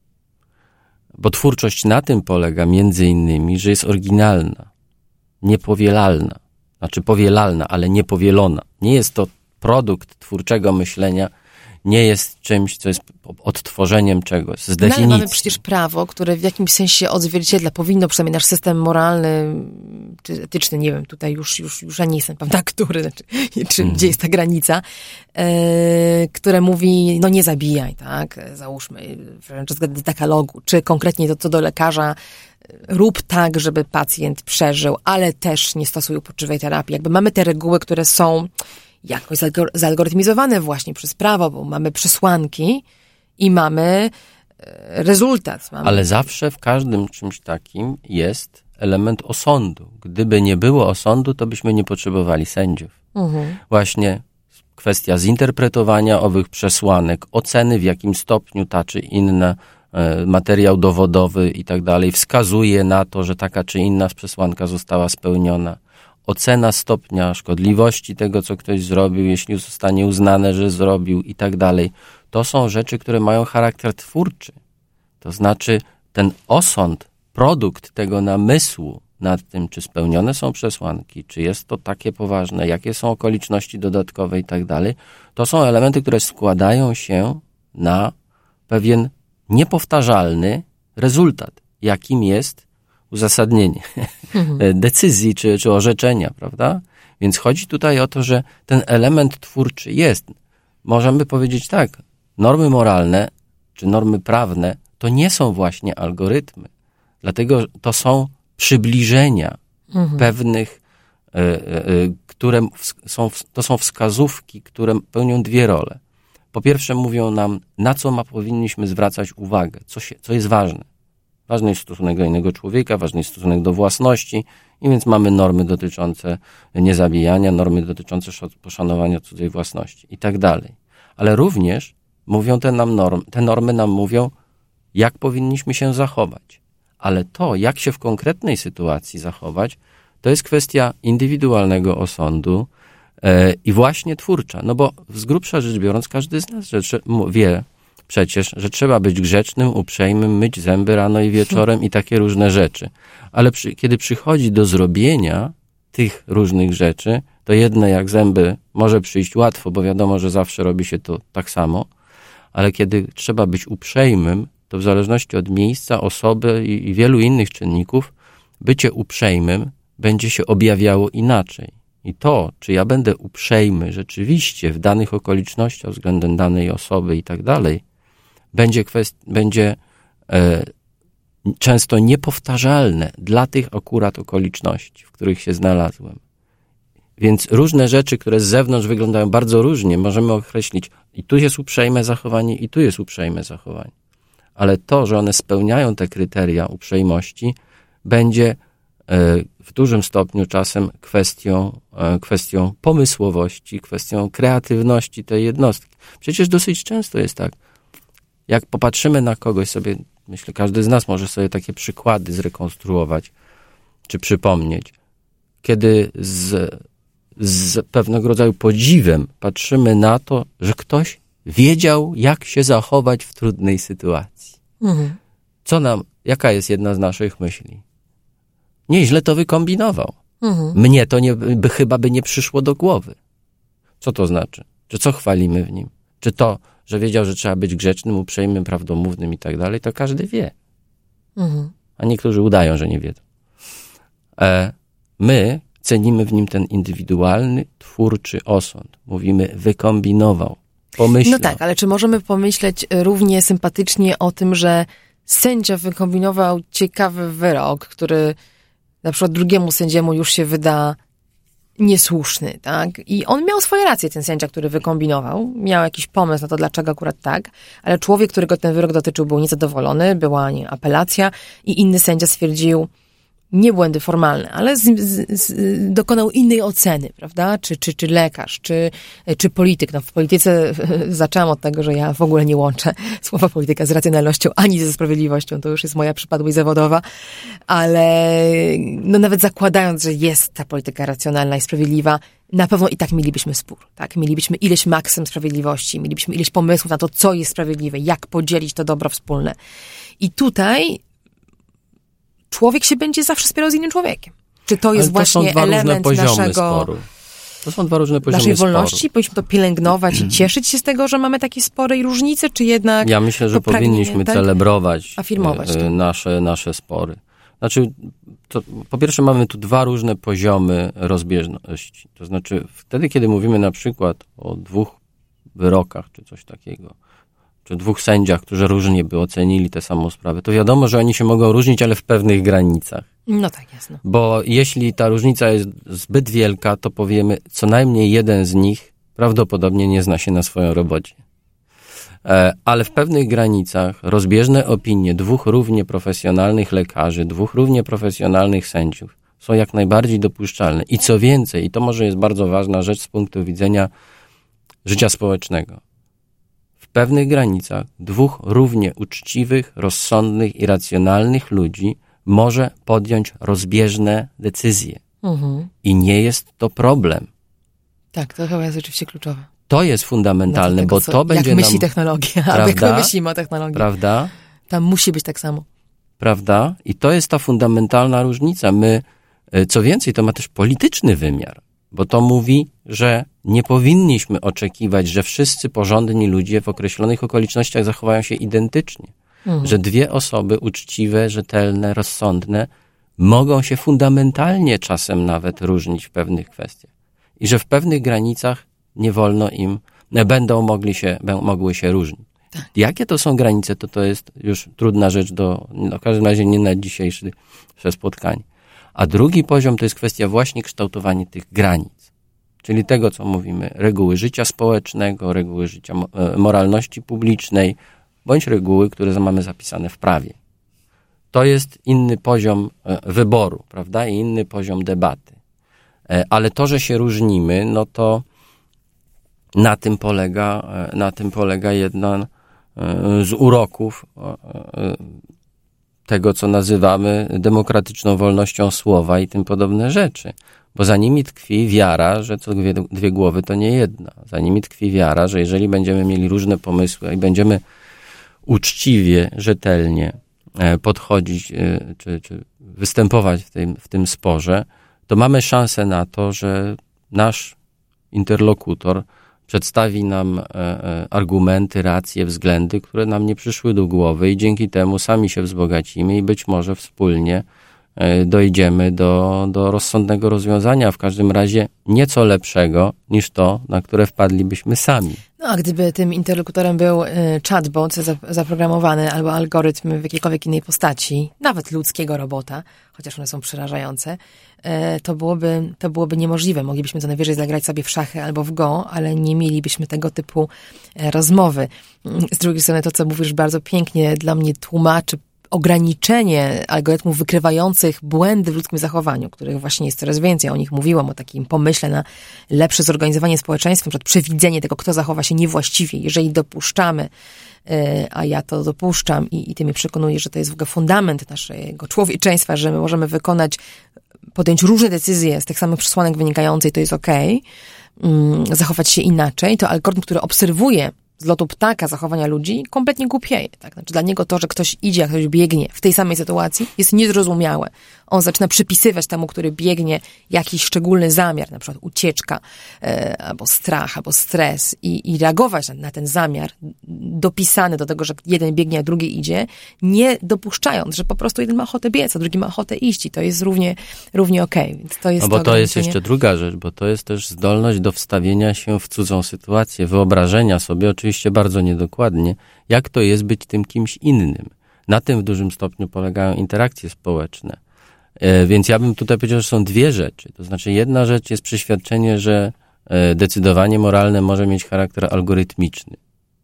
[SPEAKER 3] Bo twórczość na tym polega między innymi, że jest oryginalna, niepowielalna. Znaczy powielalna, ale niepowielona. Nie jest to produkt twórczego myślenia, nie jest czymś, co jest odtworzeniem czegoś z definicji.
[SPEAKER 1] No, ale mamy przecież prawo, które w jakimś sensie odzwierciedla, powinno przynajmniej nasz system moralny, czy etyczny, nie wiem, tutaj już ja nie jestem pewna, który, gdzie jest ta granica, które mówi, no nie zabijaj, tak, załóżmy, wręcz względem dekalogu, czy konkretnie to co do lekarza, rób tak, żeby pacjent przeżył, ale też nie stosuj uporczywej terapii. Jakby mamy te reguły, które są jakoś zalgorytmizowane właśnie przez prawo, bo mamy przesłanki i mamy rezultat.
[SPEAKER 3] Ale zawsze w każdym czymś takim jest element osądu. Gdyby nie było osądu, to byśmy nie potrzebowali sędziów. Właśnie kwestia zinterpretowania owych przesłanek, oceny w jakim stopniu ta czy inna materiał dowodowy i tak dalej wskazuje na to, że taka czy inna przesłanka została spełniona. Ocena stopnia szkodliwości tego, co ktoś zrobił, jeśli zostanie uznane, że zrobił i tak dalej. To są rzeczy, które mają charakter twórczy. To znaczy ten osąd, produkt tego namysłu nad tym, czy spełnione są przesłanki, czy jest to takie poważne, jakie są okoliczności dodatkowe i tak dalej, to są elementy, które składają się na pewien niepowtarzalny rezultat, jakim jest uzasadnienie decyzji czy orzeczenia, prawda? Więc chodzi tutaj o to, że ten element twórczy jest. Możemy powiedzieć tak, normy moralne czy normy prawne to nie są właśnie algorytmy, dlatego to są przybliżenia pewnych, to są wskazówki, które pełnią dwie role. Po pierwsze mówią nam, na co powinniśmy zwracać uwagę, co jest ważne. Ważny jest stosunek do innego człowieka, ważny jest stosunek do własności i więc mamy normy dotyczące niezabijania, normy dotyczące poszanowania cudzej własności i tak dalej. Ale również mówią te normy nam mówią, jak powinniśmy się zachować. Ale to, jak się w konkretnej sytuacji zachować, to jest kwestia indywidualnego osądu i właśnie twórcza. No bo z grubsza rzecz biorąc, każdy z nas wie przecież, że trzeba być grzecznym, uprzejmym, myć zęby rano i wieczorem i takie różne rzeczy. Ale kiedy przychodzi do zrobienia tych różnych rzeczy, to jedne jak zęby może przyjść łatwo, bo wiadomo, że zawsze robi się to tak samo, ale kiedy trzeba być uprzejmym, to w zależności od miejsca, osoby i wielu innych czynników, bycie uprzejmym będzie się objawiało inaczej. I to, czy ja będę uprzejmy rzeczywiście w danych okolicznościach względem danej osoby i tak dalej, będzie często niepowtarzalne dla tych akurat okoliczności, w których się znalazłem. Więc różne rzeczy, które z zewnątrz wyglądają bardzo różnie, możemy określić i tu jest uprzejme zachowanie, i tu jest uprzejme zachowanie. Ale to, że one spełniają te kryteria uprzejmości, będzie w dużym stopniu czasem kwestią pomysłowości, kwestią kreatywności tej jednostki. Przecież dosyć często jest tak, jak popatrzymy na kogoś sobie, myślę, każdy z nas może sobie takie przykłady zrekonstruować, czy przypomnieć, kiedy z pewnego rodzaju podziwem patrzymy na to, że ktoś wiedział, jak się zachować w trudnej sytuacji. Jaka jest jedna z naszych myśli? Nieźle to wykombinował. Mnie to chyba by nie przyszło do głowy. Co to znaczy? Czy co chwalimy w nim? Czy to, że wiedział, że trzeba być grzecznym, uprzejmym, prawdomównym i tak dalej, to każdy wie. A niektórzy udają, że nie wiedzą. My cenimy w nim ten indywidualny, twórczy osąd. Mówimy, wykombinował, pomyślał.
[SPEAKER 1] No tak, ale czy możemy pomyśleć równie sympatycznie o tym, że sędzia wykombinował ciekawy wyrok, który na przykład drugiemu sędziemu już się wyda niesłuszny, tak? I on miał swoje racje, ten sędzia, który wykombinował. Miał jakiś pomysł na to, dlaczego akurat tak, ale człowiek, którego ten wyrok dotyczył, był niezadowolony, była apelacja i inny sędzia stwierdził, nie błędy formalne, ale dokonał innej oceny, prawda? Czy lekarz, czy polityk. No w polityce zaczęłam od tego, że ja w ogóle nie łączę słowa polityka z racjonalnością, ani ze sprawiedliwością. To już jest moja przypadłość zawodowa. Ale no nawet zakładając, że jest ta polityka racjonalna i sprawiedliwa, na pewno i tak mielibyśmy spór, tak? Mielibyśmy ileś maksym sprawiedliwości, mielibyśmy ileś pomysłów na to, co jest sprawiedliwe, jak podzielić to dobro wspólne. I tutaj człowiek się będzie zawsze spierał z innym człowiekiem. Czy to jest właśnie element naszego
[SPEAKER 3] sporu. To są dwa różne poziomy
[SPEAKER 1] naszej wolności?
[SPEAKER 3] sporu.
[SPEAKER 1] Powinniśmy to pielęgnować i cieszyć się z tego, że mamy takie spory i różnice, czy jednak...
[SPEAKER 3] Ja myślę, że powinniśmy celebrować
[SPEAKER 1] afirmować
[SPEAKER 3] nasze spory. Znaczy, po pierwsze mamy tu dwa różne poziomy rozbieżności. To znaczy, wtedy, kiedy mówimy na przykład o dwóch wyrokach, czy coś takiego, czy dwóch sędziach, którzy różnie by ocenili tę samą sprawę, to wiadomo, że oni się mogą różnić, ale w pewnych granicach.
[SPEAKER 1] No tak, jasne.
[SPEAKER 3] Bo jeśli ta różnica jest zbyt wielka, to powiemy, co najmniej jeden z nich prawdopodobnie nie zna się na swoją robocie. Ale w pewnych granicach rozbieżne opinie dwóch równie profesjonalnych lekarzy, dwóch równie profesjonalnych sędziów są jak najbardziej dopuszczalne. I co więcej, i to może jest bardzo ważna rzecz z punktu widzenia życia społecznego, w pewnych granicach dwóch równie uczciwych, rozsądnych i racjonalnych ludzi może podjąć rozbieżne decyzje. I nie jest to problem.
[SPEAKER 1] Tak, to chyba jest rzeczywiście kluczowe.
[SPEAKER 3] To jest fundamentalne,
[SPEAKER 1] tego,
[SPEAKER 3] bo to będzie
[SPEAKER 1] jak myśli technologia, albo jak my myślimy o technologii.
[SPEAKER 3] Prawda?
[SPEAKER 1] Tam musi być tak samo.
[SPEAKER 3] Prawda? I to jest ta fundamentalna różnica. My, co więcej, to ma też polityczny wymiar, bo to mówi, że nie powinniśmy oczekiwać, że wszyscy porządni ludzie w określonych okolicznościach zachowają się identycznie. Że dwie osoby uczciwe, rzetelne, rozsądne mogą się fundamentalnie czasem nawet różnić w pewnych kwestiach. I że w pewnych granicach nie wolno im, mogły się różnić. Tak. Jakie to są granice, to jest już trudna rzecz w każdym razie nie na dzisiejsze spotkanie. A drugi poziom to jest kwestia właśnie kształtowania tych granic. Czyli tego, co mówimy, reguły życia społecznego, reguły życia moralności publicznej, bądź reguły, które mamy zapisane w prawie. To jest inny poziom wyboru, prawda? I inny poziom debaty. Ale to, że się różnimy, no to na tym polega jeden z uroków tego, co nazywamy demokratyczną wolnością słowa i tym podobne rzeczy. Bo za nimi tkwi wiara, że co dwie głowy to nie jedna. Za nimi tkwi wiara, że jeżeli będziemy mieli różne pomysły i będziemy uczciwie, rzetelnie podchodzić czy występować w tym sporze, to mamy szansę na to, że nasz interlokutor przedstawi nam argumenty, racje, względy, które nam nie przyszły do głowy i dzięki temu sami się wzbogacimy i być może wspólnie dojdziemy do rozsądnego rozwiązania, w każdym razie nieco lepszego niż to, na które wpadlibyśmy sami.
[SPEAKER 1] No a gdyby tym interlokutorem był chatbot zaprogramowany albo algorytm w jakiejkolwiek innej postaci, nawet ludzkiego robota, chociaż one są przerażające, to byłoby niemożliwe. Moglibyśmy to najwyżej zagrać sobie w szachy albo w go, ale nie mielibyśmy tego typu rozmowy. Z drugiej strony to, co mówisz, bardzo pięknie dla mnie tłumaczy ograniczenie algorytmów wykrywających błędy w ludzkim zachowaniu, których właśnie jest coraz więcej. O nich mówiłam, o takim pomyśle na lepsze zorganizowanie społeczeństwa, na przykład przewidzenie tego, kto zachowa się niewłaściwie. Jeżeli dopuszczamy, a ja to dopuszczam i ty mnie przekonujesz, że to jest w ogóle fundament naszego człowieczeństwa, że my możemy podjąć różne decyzje z tych samych przesłanek wynikających, to jest okej, zachować się inaczej, to algorytm, który obserwuje z lotu ptaka zachowania ludzi kompletnie głupieje. Tak? Znaczy dla niego to, że ktoś idzie, a ktoś biegnie w tej samej sytuacji jest niezrozumiałe. On zaczyna przypisywać temu, który biegnie, jakiś szczególny zamiar, na przykład ucieczka, albo strach, albo stres i reagować na ten zamiar dopisany do tego, że jeden biegnie, a drugi idzie, nie dopuszczając, że po prostu jeden ma ochotę biec, a drugi ma ochotę iść i to jest równie okej. Więc to jest
[SPEAKER 3] no bo to jest jeszcze druga rzecz, bo to jest też zdolność do wstawienia się w cudzą sytuację, wyobrażenia sobie, oczywiście bardzo niedokładnie, jak to jest być tym kimś innym. Na tym w dużym stopniu polegają interakcje społeczne. Więc ja bym tutaj powiedział, że są dwie rzeczy. To znaczy jedna rzecz jest przeświadczenie, że decydowanie moralne może mieć charakter algorytmiczny.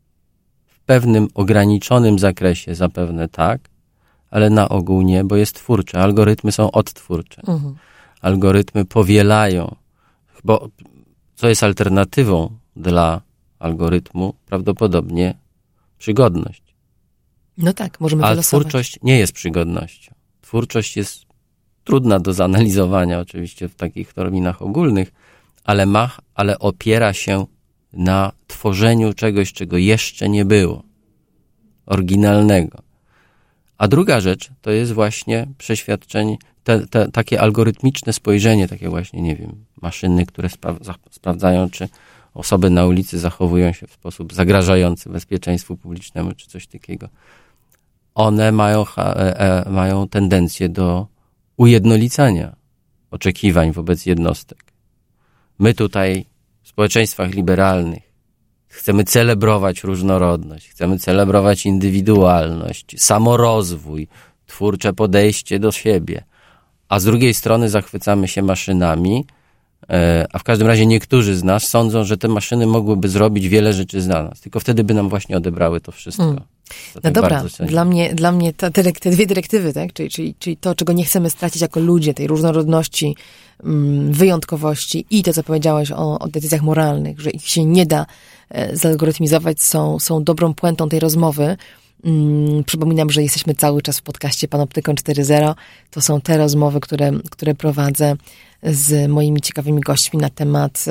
[SPEAKER 3] W pewnym ograniczonym zakresie zapewne tak, ale na ogół nie, bo jest twórcze. Algorytmy są odtwórcze. Algorytmy powielają. Bo co jest alternatywą dla algorytmu? Prawdopodobnie przygodność.
[SPEAKER 1] No tak, możemy wylosować.
[SPEAKER 3] Ale twórczość nie jest przygodnością. Twórczość jest trudna do zanalizowania oczywiście w takich terminach ogólnych, ale opiera się na tworzeniu czegoś, czego jeszcze nie było. Oryginalnego. A druga rzecz to jest właśnie przeświadczenie, takie algorytmiczne spojrzenie, takie właśnie, nie wiem, maszyny, które sprawdzają, czy osoby na ulicy zachowują się w sposób zagrażający bezpieczeństwu publicznemu, czy coś takiego. One mają tendencję do ujednolicania oczekiwań wobec jednostek. My tutaj w społeczeństwach liberalnych chcemy celebrować różnorodność, chcemy celebrować indywidualność, samorozwój, twórcze podejście do siebie, a z drugiej strony zachwycamy się maszynami, a w każdym razie niektórzy z nas sądzą, że te maszyny mogłyby zrobić wiele rzeczy za nas, tylko wtedy by nam właśnie odebrały to wszystko.
[SPEAKER 1] No dobra, dla mnie te dwie dyrektywy, tak? Czyli to, czego nie chcemy stracić jako ludzie, tej różnorodności, wyjątkowości i to, co powiedziałeś o decyzjach moralnych, że ich się nie da zalgorytmizować, są dobrą puentą tej rozmowy. Przypominam, że jesteśmy cały czas w podcaście Panoptykon 4.0. To są te rozmowy, które prowadzę z moimi ciekawymi gośćmi na temat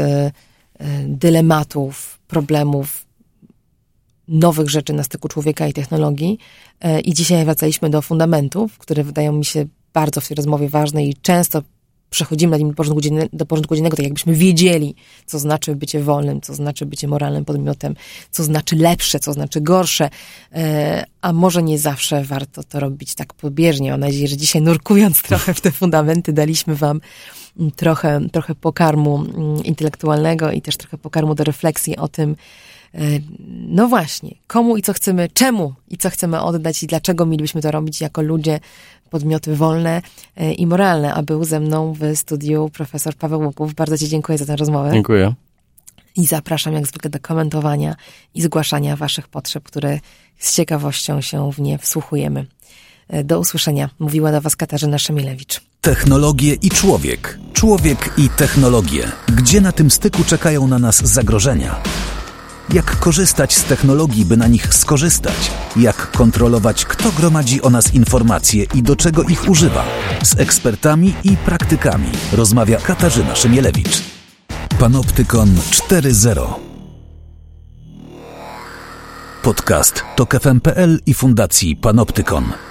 [SPEAKER 1] dylematów, problemów, nowych rzeczy na styku człowieka i technologii. I dzisiaj wracaliśmy do fundamentów, które wydają mi się bardzo w tej rozmowie ważne i często przechodzimy nad nim do porządku dziennego, tak jakbyśmy wiedzieli, co znaczy bycie wolnym, co znaczy bycie moralnym podmiotem, co znaczy lepsze, co znaczy gorsze, a może nie zawsze warto to robić tak pobieżnie. Mam nadzieję, że dzisiaj nurkując trochę w te fundamenty daliśmy wam trochę pokarmu intelektualnego i też trochę pokarmu do refleksji o tym, no właśnie, komu i co chcemy, czemu i co chcemy oddać i dlaczego mielibyśmy to robić jako ludzie, podmioty wolne i moralne. A był ze mną w studiu profesor Paweł Łuków. Bardzo ci dziękuję za tę rozmowę.
[SPEAKER 3] Dziękuję.
[SPEAKER 1] I zapraszam jak zwykle do komentowania i zgłaszania waszych potrzeb, które z ciekawością się w nie wsłuchujemy. Do usłyszenia. Mówiła do was Katarzyna Szemielewicz.
[SPEAKER 2] Technologie i człowiek. Człowiek i technologie. Gdzie na tym styku czekają na nas zagrożenia? Jak korzystać z technologii, by na nich skorzystać? Jak kontrolować, kto gromadzi o nas informacje i do czego ich używa? Z ekspertami i praktykami rozmawia Katarzyna Szemielewicz. Panoptykon 4.0. Podcast TOK FM.pl i Fundacji Panoptykon.